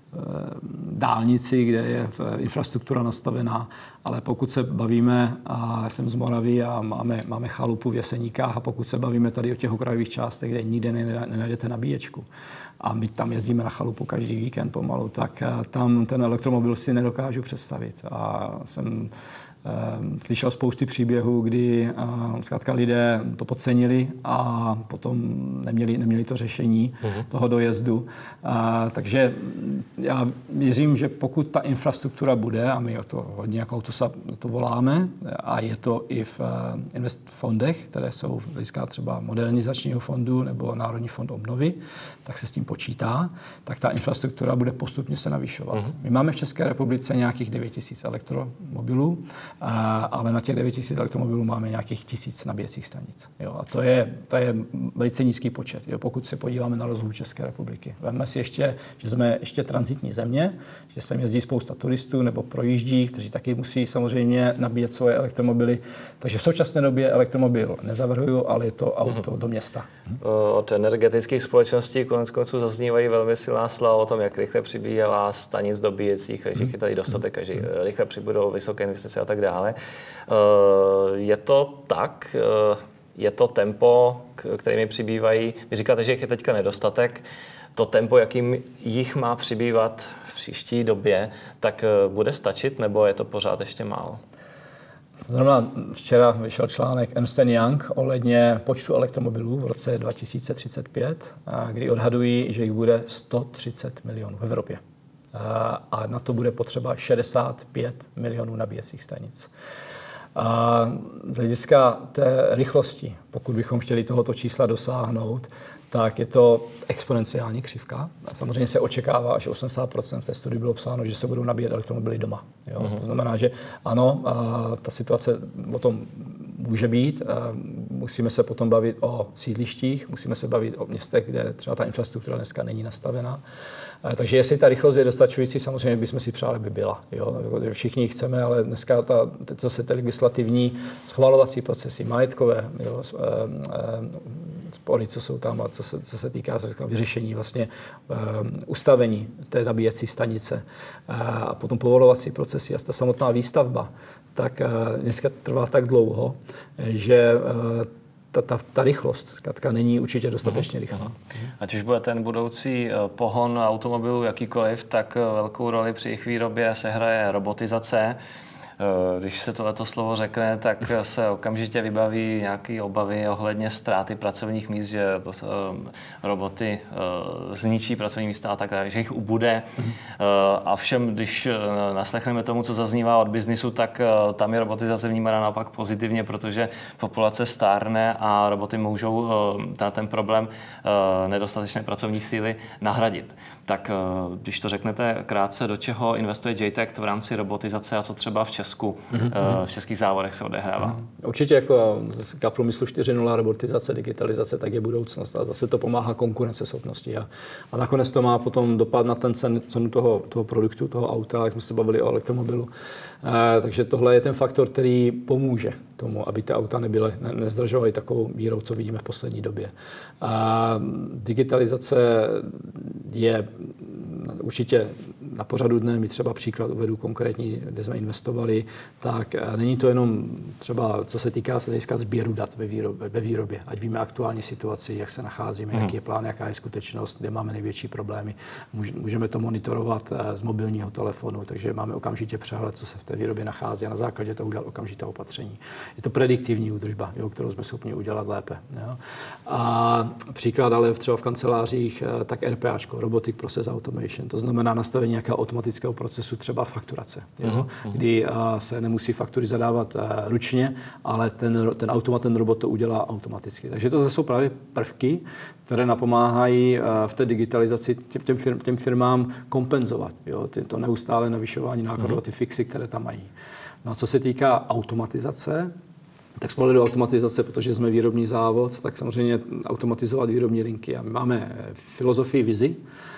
Speaker 3: dálnici, kde je infrastruktura nastavená, ale pokud se bavíme, a já jsem z Moravy a máme, máme chalupu v Jeseníkách, a pokud se bavíme tady o těch okrajových částech, kde nikde nenajdete nabíječku a my tam jezdíme na chalupu každý víkend pomalu, tak tam ten elektromobil si nedokážu představit. A jsem slyšel spousty příběhů, kdy zkrátka lidé to podcenili a potom neměli, neměli to řešení uh-huh. toho dojezdu. A, takže já věřím, že pokud ta infrastruktura bude, a my o to hodně jako Autosa to voláme, a je to i v invest fondech, které jsou hlediska třeba modernizačního fondu nebo Národní fond obnovy, tak se s tím počítá, tak ta infrastruktura bude postupně se navyšovat. Uh-huh. My máme v České republice nějakých devět tisíc elektromobilů. ale na těch devět tisíc elektromobilů máme nějakých tisíc nabíjecích stanic. Jo, a to je, to je velice nízký počet, jo, pokud se podíváme na rozvoj České republiky. Vemme si ještě, že jsme ještě tranzitní země, že sem jezdí spousta turistů nebo projíždí, kteří taky musí samozřejmě nabíjet svoje elektromobily. Takže v současné době elektromobil nezavrhuju, ale je to auto do města.
Speaker 2: Od energetických společností konec konců zaznívají velmi silná slova o tom, jak rychle přibývá stanic dobíjecích, že jich je tady dostatek, že rychle přibudou vysoké investice a tak dále. Je to tak? Je to tempo, kterými přibývají? Vy říkáte, že jich je teďka nedostatek. To tempo, jakým jich má přibývat v příští době, tak bude stačit, nebo je to pořád ještě málo?
Speaker 3: Zrovna včera vyšel článek Ernst and Young ohledně počtu elektromobilů v roce dva tisíce třicet pět, kdy odhadují, že jich bude sto třicet milionů v Evropě. A na to bude potřeba šedesát pět milionů nabíjecích stanic. A z hlediska té rychlosti, pokud bychom chtěli tohoto čísla dosáhnout, tak je to exponenciální křivka. A samozřejmě se očekává, že osmdesát procent v té studii bylo psáno, že se budou nabíjet elektromobily doma. Jo? Mm-hmm. To znamená, že ano, a ta situace o tom může být. A musíme se potom bavit o sídlištích, musíme se bavit o městech, kde třeba ta infrastruktura dneska není nastavená. A takže jestli ta rychlost je dostačující, samozřejmě bychom si přáli, by byla. Jo? Všichni ji chceme, ale dneska ta, zase ty legislativní schvalovací procesy, majetkové, jo? spory, co jsou tam a co se, co se týká vyřešení vlastně uh, ustavení té nabíjecí stanice uh, a potom povolovací procesy a ta samotná výstavba, tak uh, dneska trvá tak dlouho, že uh, ta, ta, ta rychlost zkrátka není určitě dostatečně rychlá.
Speaker 2: Ať už bude ten budoucí pohon automobilů jakýkoliv, tak velkou roli při jejich výrobě sehraje robotizace. Když se tohleto slovo řekne, tak se okamžitě vybaví nějaké obavy ohledně ztráty pracovních míst, že to, roboty zničí pracovní místa a tak dále, že jich ubude. A všem, když naslechneme tomu, co zaznívá od biznisu, tak tam je robotizace vnímána naopak pozitivně, protože populace stárne a roboty můžou ten problém nedostatečné pracovní síly nahradit. Tak když to řeknete krátce, do čeho investuje J T E C v rámci robotizace a co třeba v Česku, mm-hmm. v českých závodech se odehrává?
Speaker 3: Určitě jako k průmyslu čtyři tečka nula, robotizace, digitalizace, tak je budoucnost a zase to pomáhá konkurenceschopnosti. A, a nakonec to má potom dopad na ten cen, cenu toho, toho produktu, toho auta, jak jsme se bavili o elektromobilu. E, takže tohle je ten faktor, který pomůže tomu, aby ty auta nebyly, ne, nezdržovaly takovou mírou, co vidíme v poslední době. A digitalizace je určitě na pořadu dne, my třeba příklad uvedu konkrétní, kde jsme investovali, tak není to jenom třeba, co se týká hlediska sběru dat ve výrobě, ve výrobě, ať víme aktuální situaci, jak se nacházíme, hmm. jaký je plán, jaká je skutečnost, kde máme největší problémy. Můžeme to monitorovat z mobilního telefonu, takže máme okamžitě přehled, co se v té výrobě nachází a na základě toho udělat okamžitá opatření. Je to prediktivní údržba, jo, kterou jsme schopni udělat lépe. Jo. A příklad ale třeba v kancelářích, tak RPAčko, Robotic Process Automation, to znamená nastavení nějakého automatického procesu, třeba fakturace, jo, mm-hmm. kdy se nemusí faktury zadávat ručně, ale ten, ten automat, ten robot to udělá automaticky. Takže to jsou právě prvky, které napomáhají v té digitalizaci těm, firm, těm firmám kompenzovat, jo, to neustále navyšování nákladů mm-hmm. a ty fixy, které tam mají. No a co se týká automatizace, tak jsme do automatizace, protože jsme výrobní závod, tak samozřejmě automatizovat výrobní linky. A my máme filozofii, vizi,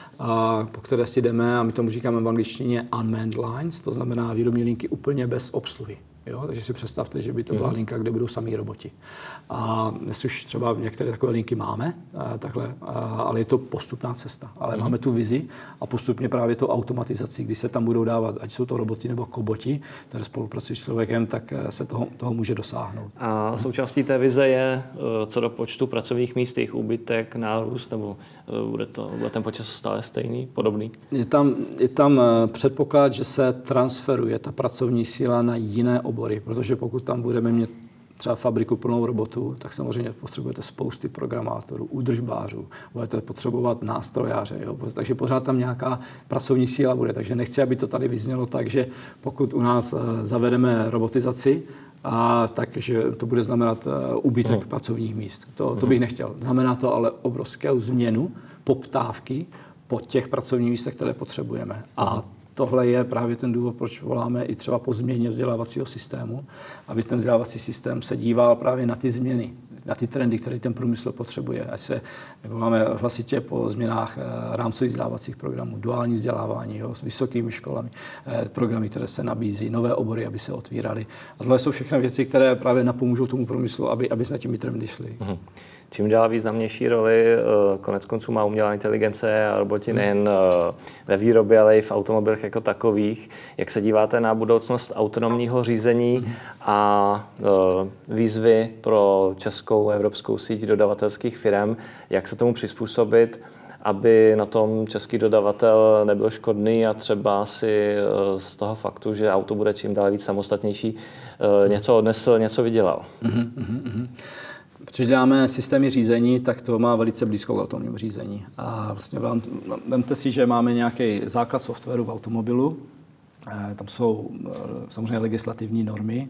Speaker 3: a po které si jdeme, a my tomu říkáme v angličtině unmanned lines, to znamená výrobní linky úplně bez obsluhy. Jo? Takže si představte, že by to byla linka, kde budou samý roboti. A dnes už třeba některé takové linky máme, takhle, ale je to postupná cesta. Ale mm. máme tu vizi a postupně právě tou automatizací, když se tam budou dávat, ať jsou to roboti nebo koboti, které spolupracují s člověkem, tak se toho, toho může dosáhnout.
Speaker 2: A součástí té vize je, co do počtu pracovních míst, jejich úbytek, nárůst, nebo bude, to, bude ten počet stále stejný, podobný?
Speaker 3: Je tam, je tam předpoklad, že se transferuje ta pracovní síla na jiné obory, protože pokud tam budeme mít třeba fabriku plnou robotů, tak samozřejmě potřebujete spousty programátorů, údržbářů, budete potřebovat nástrojáře, jo? Takže pořád tam nějaká pracovní síla bude. Takže nechci, aby to tady vyznělo tak, že pokud u nás zavedeme robotizaci, a takže to bude znamenat úbytek no. pracovních míst. To, to bych nechtěl. Znamená to ale obrovskou změnu poptávky po těch pracovních místech, které potřebujeme. A tohle je právě ten důvod, proč voláme i třeba po změně vzdělávacího systému, aby ten vzdělávací systém se díval právě na ty změny, na ty trendy, které ten průmysl potřebuje. Ať se voláme hlasitě po změnách rámcových vzdělávacích programů, duální vzdělávání, jo, s vysokými školami, programy, které se nabízí, nové obory, aby se otvíraly. A tohle jsou všechny věci, které právě napomůžou tomu průmyslu, aby, aby jsme těmi trendy šli.
Speaker 2: Mm-hmm. Čím dělá významnější roli, konec konců má umělá inteligence a roboti nejen ve výrobě, ale i v automobilech jako takových. Jak se díváte na budoucnost autonomního řízení a výzvy pro českou a evropskou síť dodavatelských firm, jak se tomu přizpůsobit, aby na tom český dodavatel nebyl škodný a třeba si z toho faktu, že auto bude čím dál víc samostatnější, něco odnesl, něco vydělal?
Speaker 3: Mm-hmm, mm-hmm. Protože děláme systémy řízení, tak to má velice blízko k autonomnímu řízení. A vlastně vám, vemte si, že máme nějaký základ softwaru v automobilu. Tam jsou samozřejmě legislativní normy,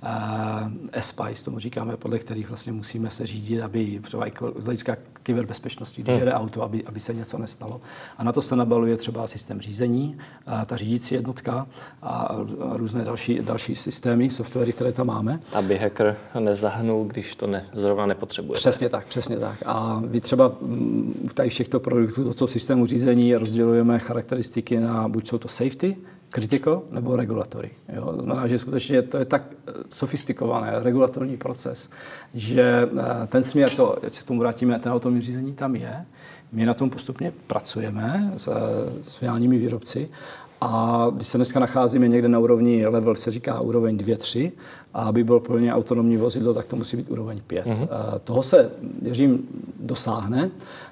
Speaker 3: S P I C, tomu říkáme, podle kterých vlastně musíme se řídit, aby třeba i z hlediska kyberbezpečnosti, když jede auto, aby, aby se něco nestalo. A na to se nabaluje třeba systém řízení, ta řídící jednotka a různé další, další systémy, softwary, které tam máme.
Speaker 2: Aby hacker nezahnul, když to ne, zrovna nepotřebuje.
Speaker 3: Přesně tak, přesně tak. A vy třeba u tady těchto produktů do toho systému řízení rozdělujeme charakteristiky na buď jsou to safety, critical nebo regulatory. Jo? To znamená, že skutečně to je tak sofistikované regulatorní proces, že ten směr, to, jak se k tomu vrátíme, ten autonomní řízení tam je. My na tom postupně pracujeme s, s finálními výrobci a když se dneska nacházíme někde na úrovni level, se říká úroveň dvě tři, a aby byl plně autonomní vozidlo, tak to musí být úroveň pět. Mm-hmm. Toho se, věřím, dosáhne,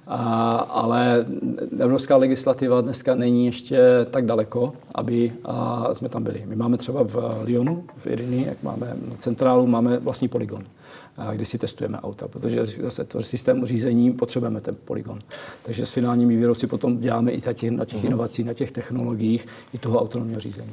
Speaker 3: ale evropská legislativa dneska není ještě tak daleko, aby jsme tam byli. My máme třeba v Lyonu, v Irini, jak máme centrálu, máme vlastní polygon, kde si testujeme auta, protože zase to systému řízení potřebujeme ten polygon. Takže s finálními výrobci potom děláme i těch, na těch mm-hmm. inovacích, na těch technologiích, i toho autonomního řízení.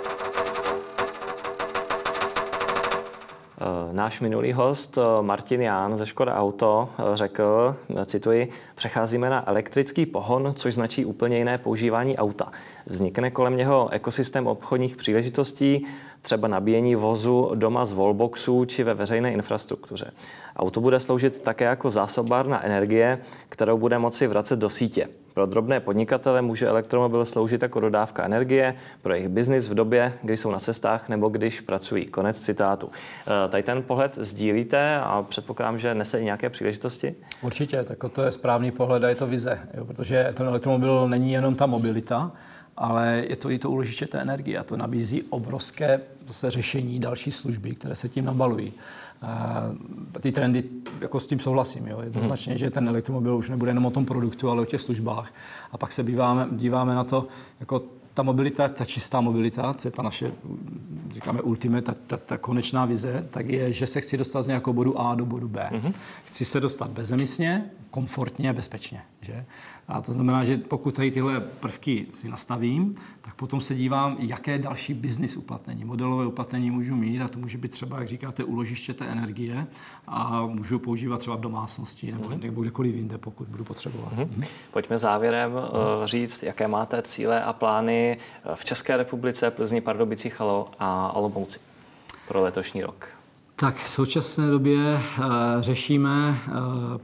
Speaker 2: Náš minulý host Martin Ján ze Škoda Auto řekl, cituji, přecházíme na elektrický pohon, což značí úplně jiné používání auta. Vznikne kolem něho ekosystém obchodních příležitostí, třeba nabíjení vozu doma z wallboxů či ve veřejné infrastruktuře. Auto bude sloužit také jako zásobárna energie, kterou bude moci vracet do sítě. Pro drobné podnikatele může elektromobil sloužit jako dodávka energie pro jejich biznis v době, kdy jsou na cestách nebo když pracují. Konec citátu. Tady ten pohled sdílíte a předpokládám, že nese i nějaké příležitosti?
Speaker 3: Určitě, tak to je správný pohled a je to vize, jo, protože ten elektromobil není jenom ta mobilita, ale je to i to úložiště té energie a to nabízí obrovské zase řešení, další služby, které se tím nabalují. Uh, ty trendy, jako s tím souhlasím, jo, jednoznačně, hmm. že ten elektromobil už nebude jenom o tom produktu, ale o těch službách. A pak se býváme, díváme na to, jako ta mobilita, ta čistá mobilita, co je ta naše, říkáme ultimate, ta, ta, ta konečná vize, tak je, že se chci dostat z nějakého bodu A do bodu B. Mm-hmm. Chci se dostat bezemisně, komfortně, bezpečně. Že? A to znamená, že pokud tady tyhle prvky si nastavím, tak potom se dívám, jaké další business uplatnění, modelové uplatnění můžu mít a to může být třeba, jak říkáte, úložiště té energie a můžu používat třeba v domácnosti nebo, mm-hmm. nebo kdekoliv jinde, pokud budu potřebovat. Mm-hmm.
Speaker 2: Pojďme závěrem uh, říct, jaké máte cíle a plány v České republice, Plzni, Pardubicích a Olomouci pro letošní rok.
Speaker 3: Tak v současné době uh, řešíme uh,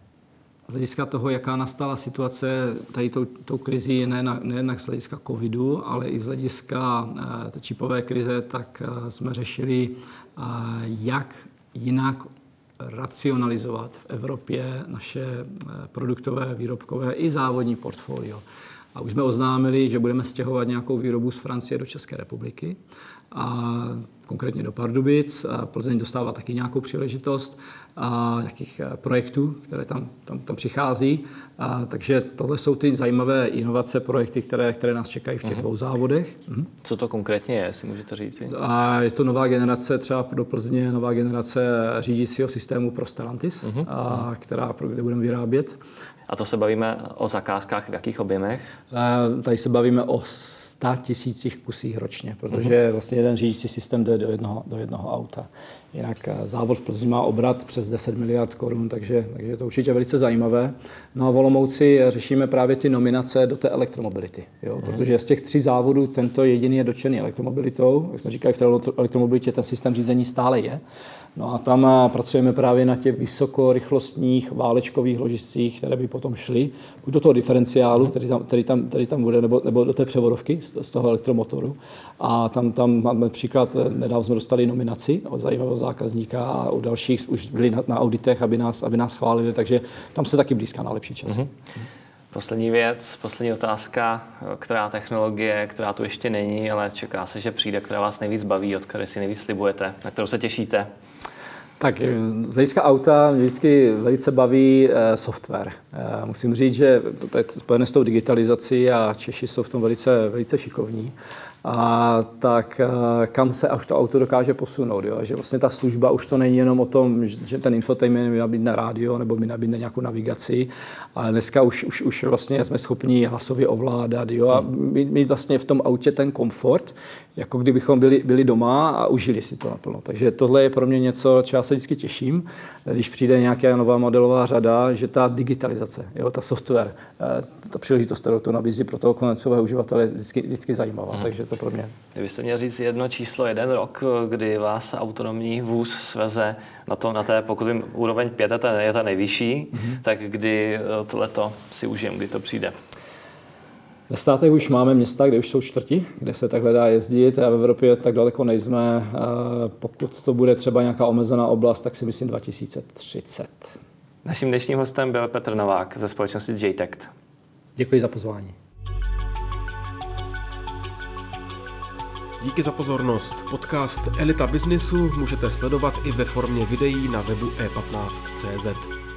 Speaker 3: z hlediska toho, jaká nastala situace tady tou, tou krizi, nejen z hlediska covidu, ale i z hlediska uh, té čipové krize, tak uh, jsme řešili, uh, jak jinak racionalizovat v Evropě naše uh, produktové, výrobkové i závodní portfolio. A už jsme oznámili, že budeme stěhovat nějakou výrobu z Francie do České republiky, a konkrétně do Pardubic. A Plzeň dostává taky nějakou příležitost a nějakých projektů, které tam, tam, tam přichází. A takže tohle jsou ty zajímavé inovace, projekty, které, které nás čekají v těch dvou závodech. Mhm.
Speaker 2: Co to konkrétně je, si můžete říct?
Speaker 3: A je to nová generace, třeba do Plzně, nová generace řídícího systému pro Stellantis, mhm. a, která, kde budeme vyrábět.
Speaker 2: A to se bavíme o zakázkách v jakých objemech?
Speaker 3: Tady se bavíme o sto tisících kusích ročně, protože vlastně jeden řídící systém jde vejde do jednoho, do jednoho auta. Jinak závod v Plzni má obrat přes deset miliard korun, takže, takže je to určitě velice zajímavé. No a v Olomouci řešíme právě ty nominace do té elektromobility, jo? Mm. Protože z těch tří závodů tento jediný je dotčený elektromobilitou. Jak jsme říkali, v té elektromobilitě ten systém řízení stále je. No a tam pracujeme právě na těch vysokorychlostních válečkových ložiscích, které by potom šly buď do toho diferenciálu, který tam, který tam, který tam bude, nebo, nebo do té převodovky z toho elektromotoru. A tam, tam máme příklad, nedávno jsme dostali nominaci od zajímavého zákazníka a u dalších už byli na, na auditech, aby nás, aby nás chválili, takže tam se taky blízká na lepší čas. Mm-hmm.
Speaker 2: Poslední věc, poslední otázka, která technologie, která tu ještě není, ale čeká se, že přijde, která vás nejvíc baví, od které si nejvíc slibujete, na kterou se těšíte?
Speaker 3: Tak z hlediska auta mě vždycky velice baví eh, software. Eh, musím říct, že to je spojené s tou digitalizací a Češi jsou v tom velice, velice šikovní. A tak kam se až to auto dokáže posunout, jo? Že vlastně ta služba už to není jenom o tom, že ten infotainment by nabídne rádio nebo by nabídne nějakou navigaci, ale dneska už, už, už vlastně jsme schopni hlasově ovládat, jo? A mít, mít vlastně v tom autě ten komfort, jako kdybychom byli, byli doma a užili si to naplno. Takže tohle je pro mě něco, čeho já se vždycky těším, když přijde nějaká nová modelová řada, že ta digitalizace, jo? Ta software, ta příležitost, kterou to nabízí pro toho koncového uživatele, je vždycky, vždycky zajímavá. Hmm. Takže to pro mě.
Speaker 2: Kdybyste měl říct jedno číslo, jeden rok, kdy vás autonomní vůz sveze na, to, na té, pokud vím, úroveň pět je ta, je ta nejvyšší, mm-hmm. tak kdy tohleto si užijem, kdy to přijde?
Speaker 3: Ve státech už máme města, kde už jsou čtvrti, kde se takhle dá jezdit a v Evropě tak daleko nejsme. Pokud to bude třeba nějaká omezená oblast, tak si myslím dva tisíce třicet.
Speaker 2: Naším dnešním hostem byl Petr Novák ze společnosti J T E C T.
Speaker 3: Děkuji za pozvání.
Speaker 1: Díky za pozornost. Podcast Elita Biznisu můžete sledovat i ve formě videí na webu e patnáct tečka cé zet.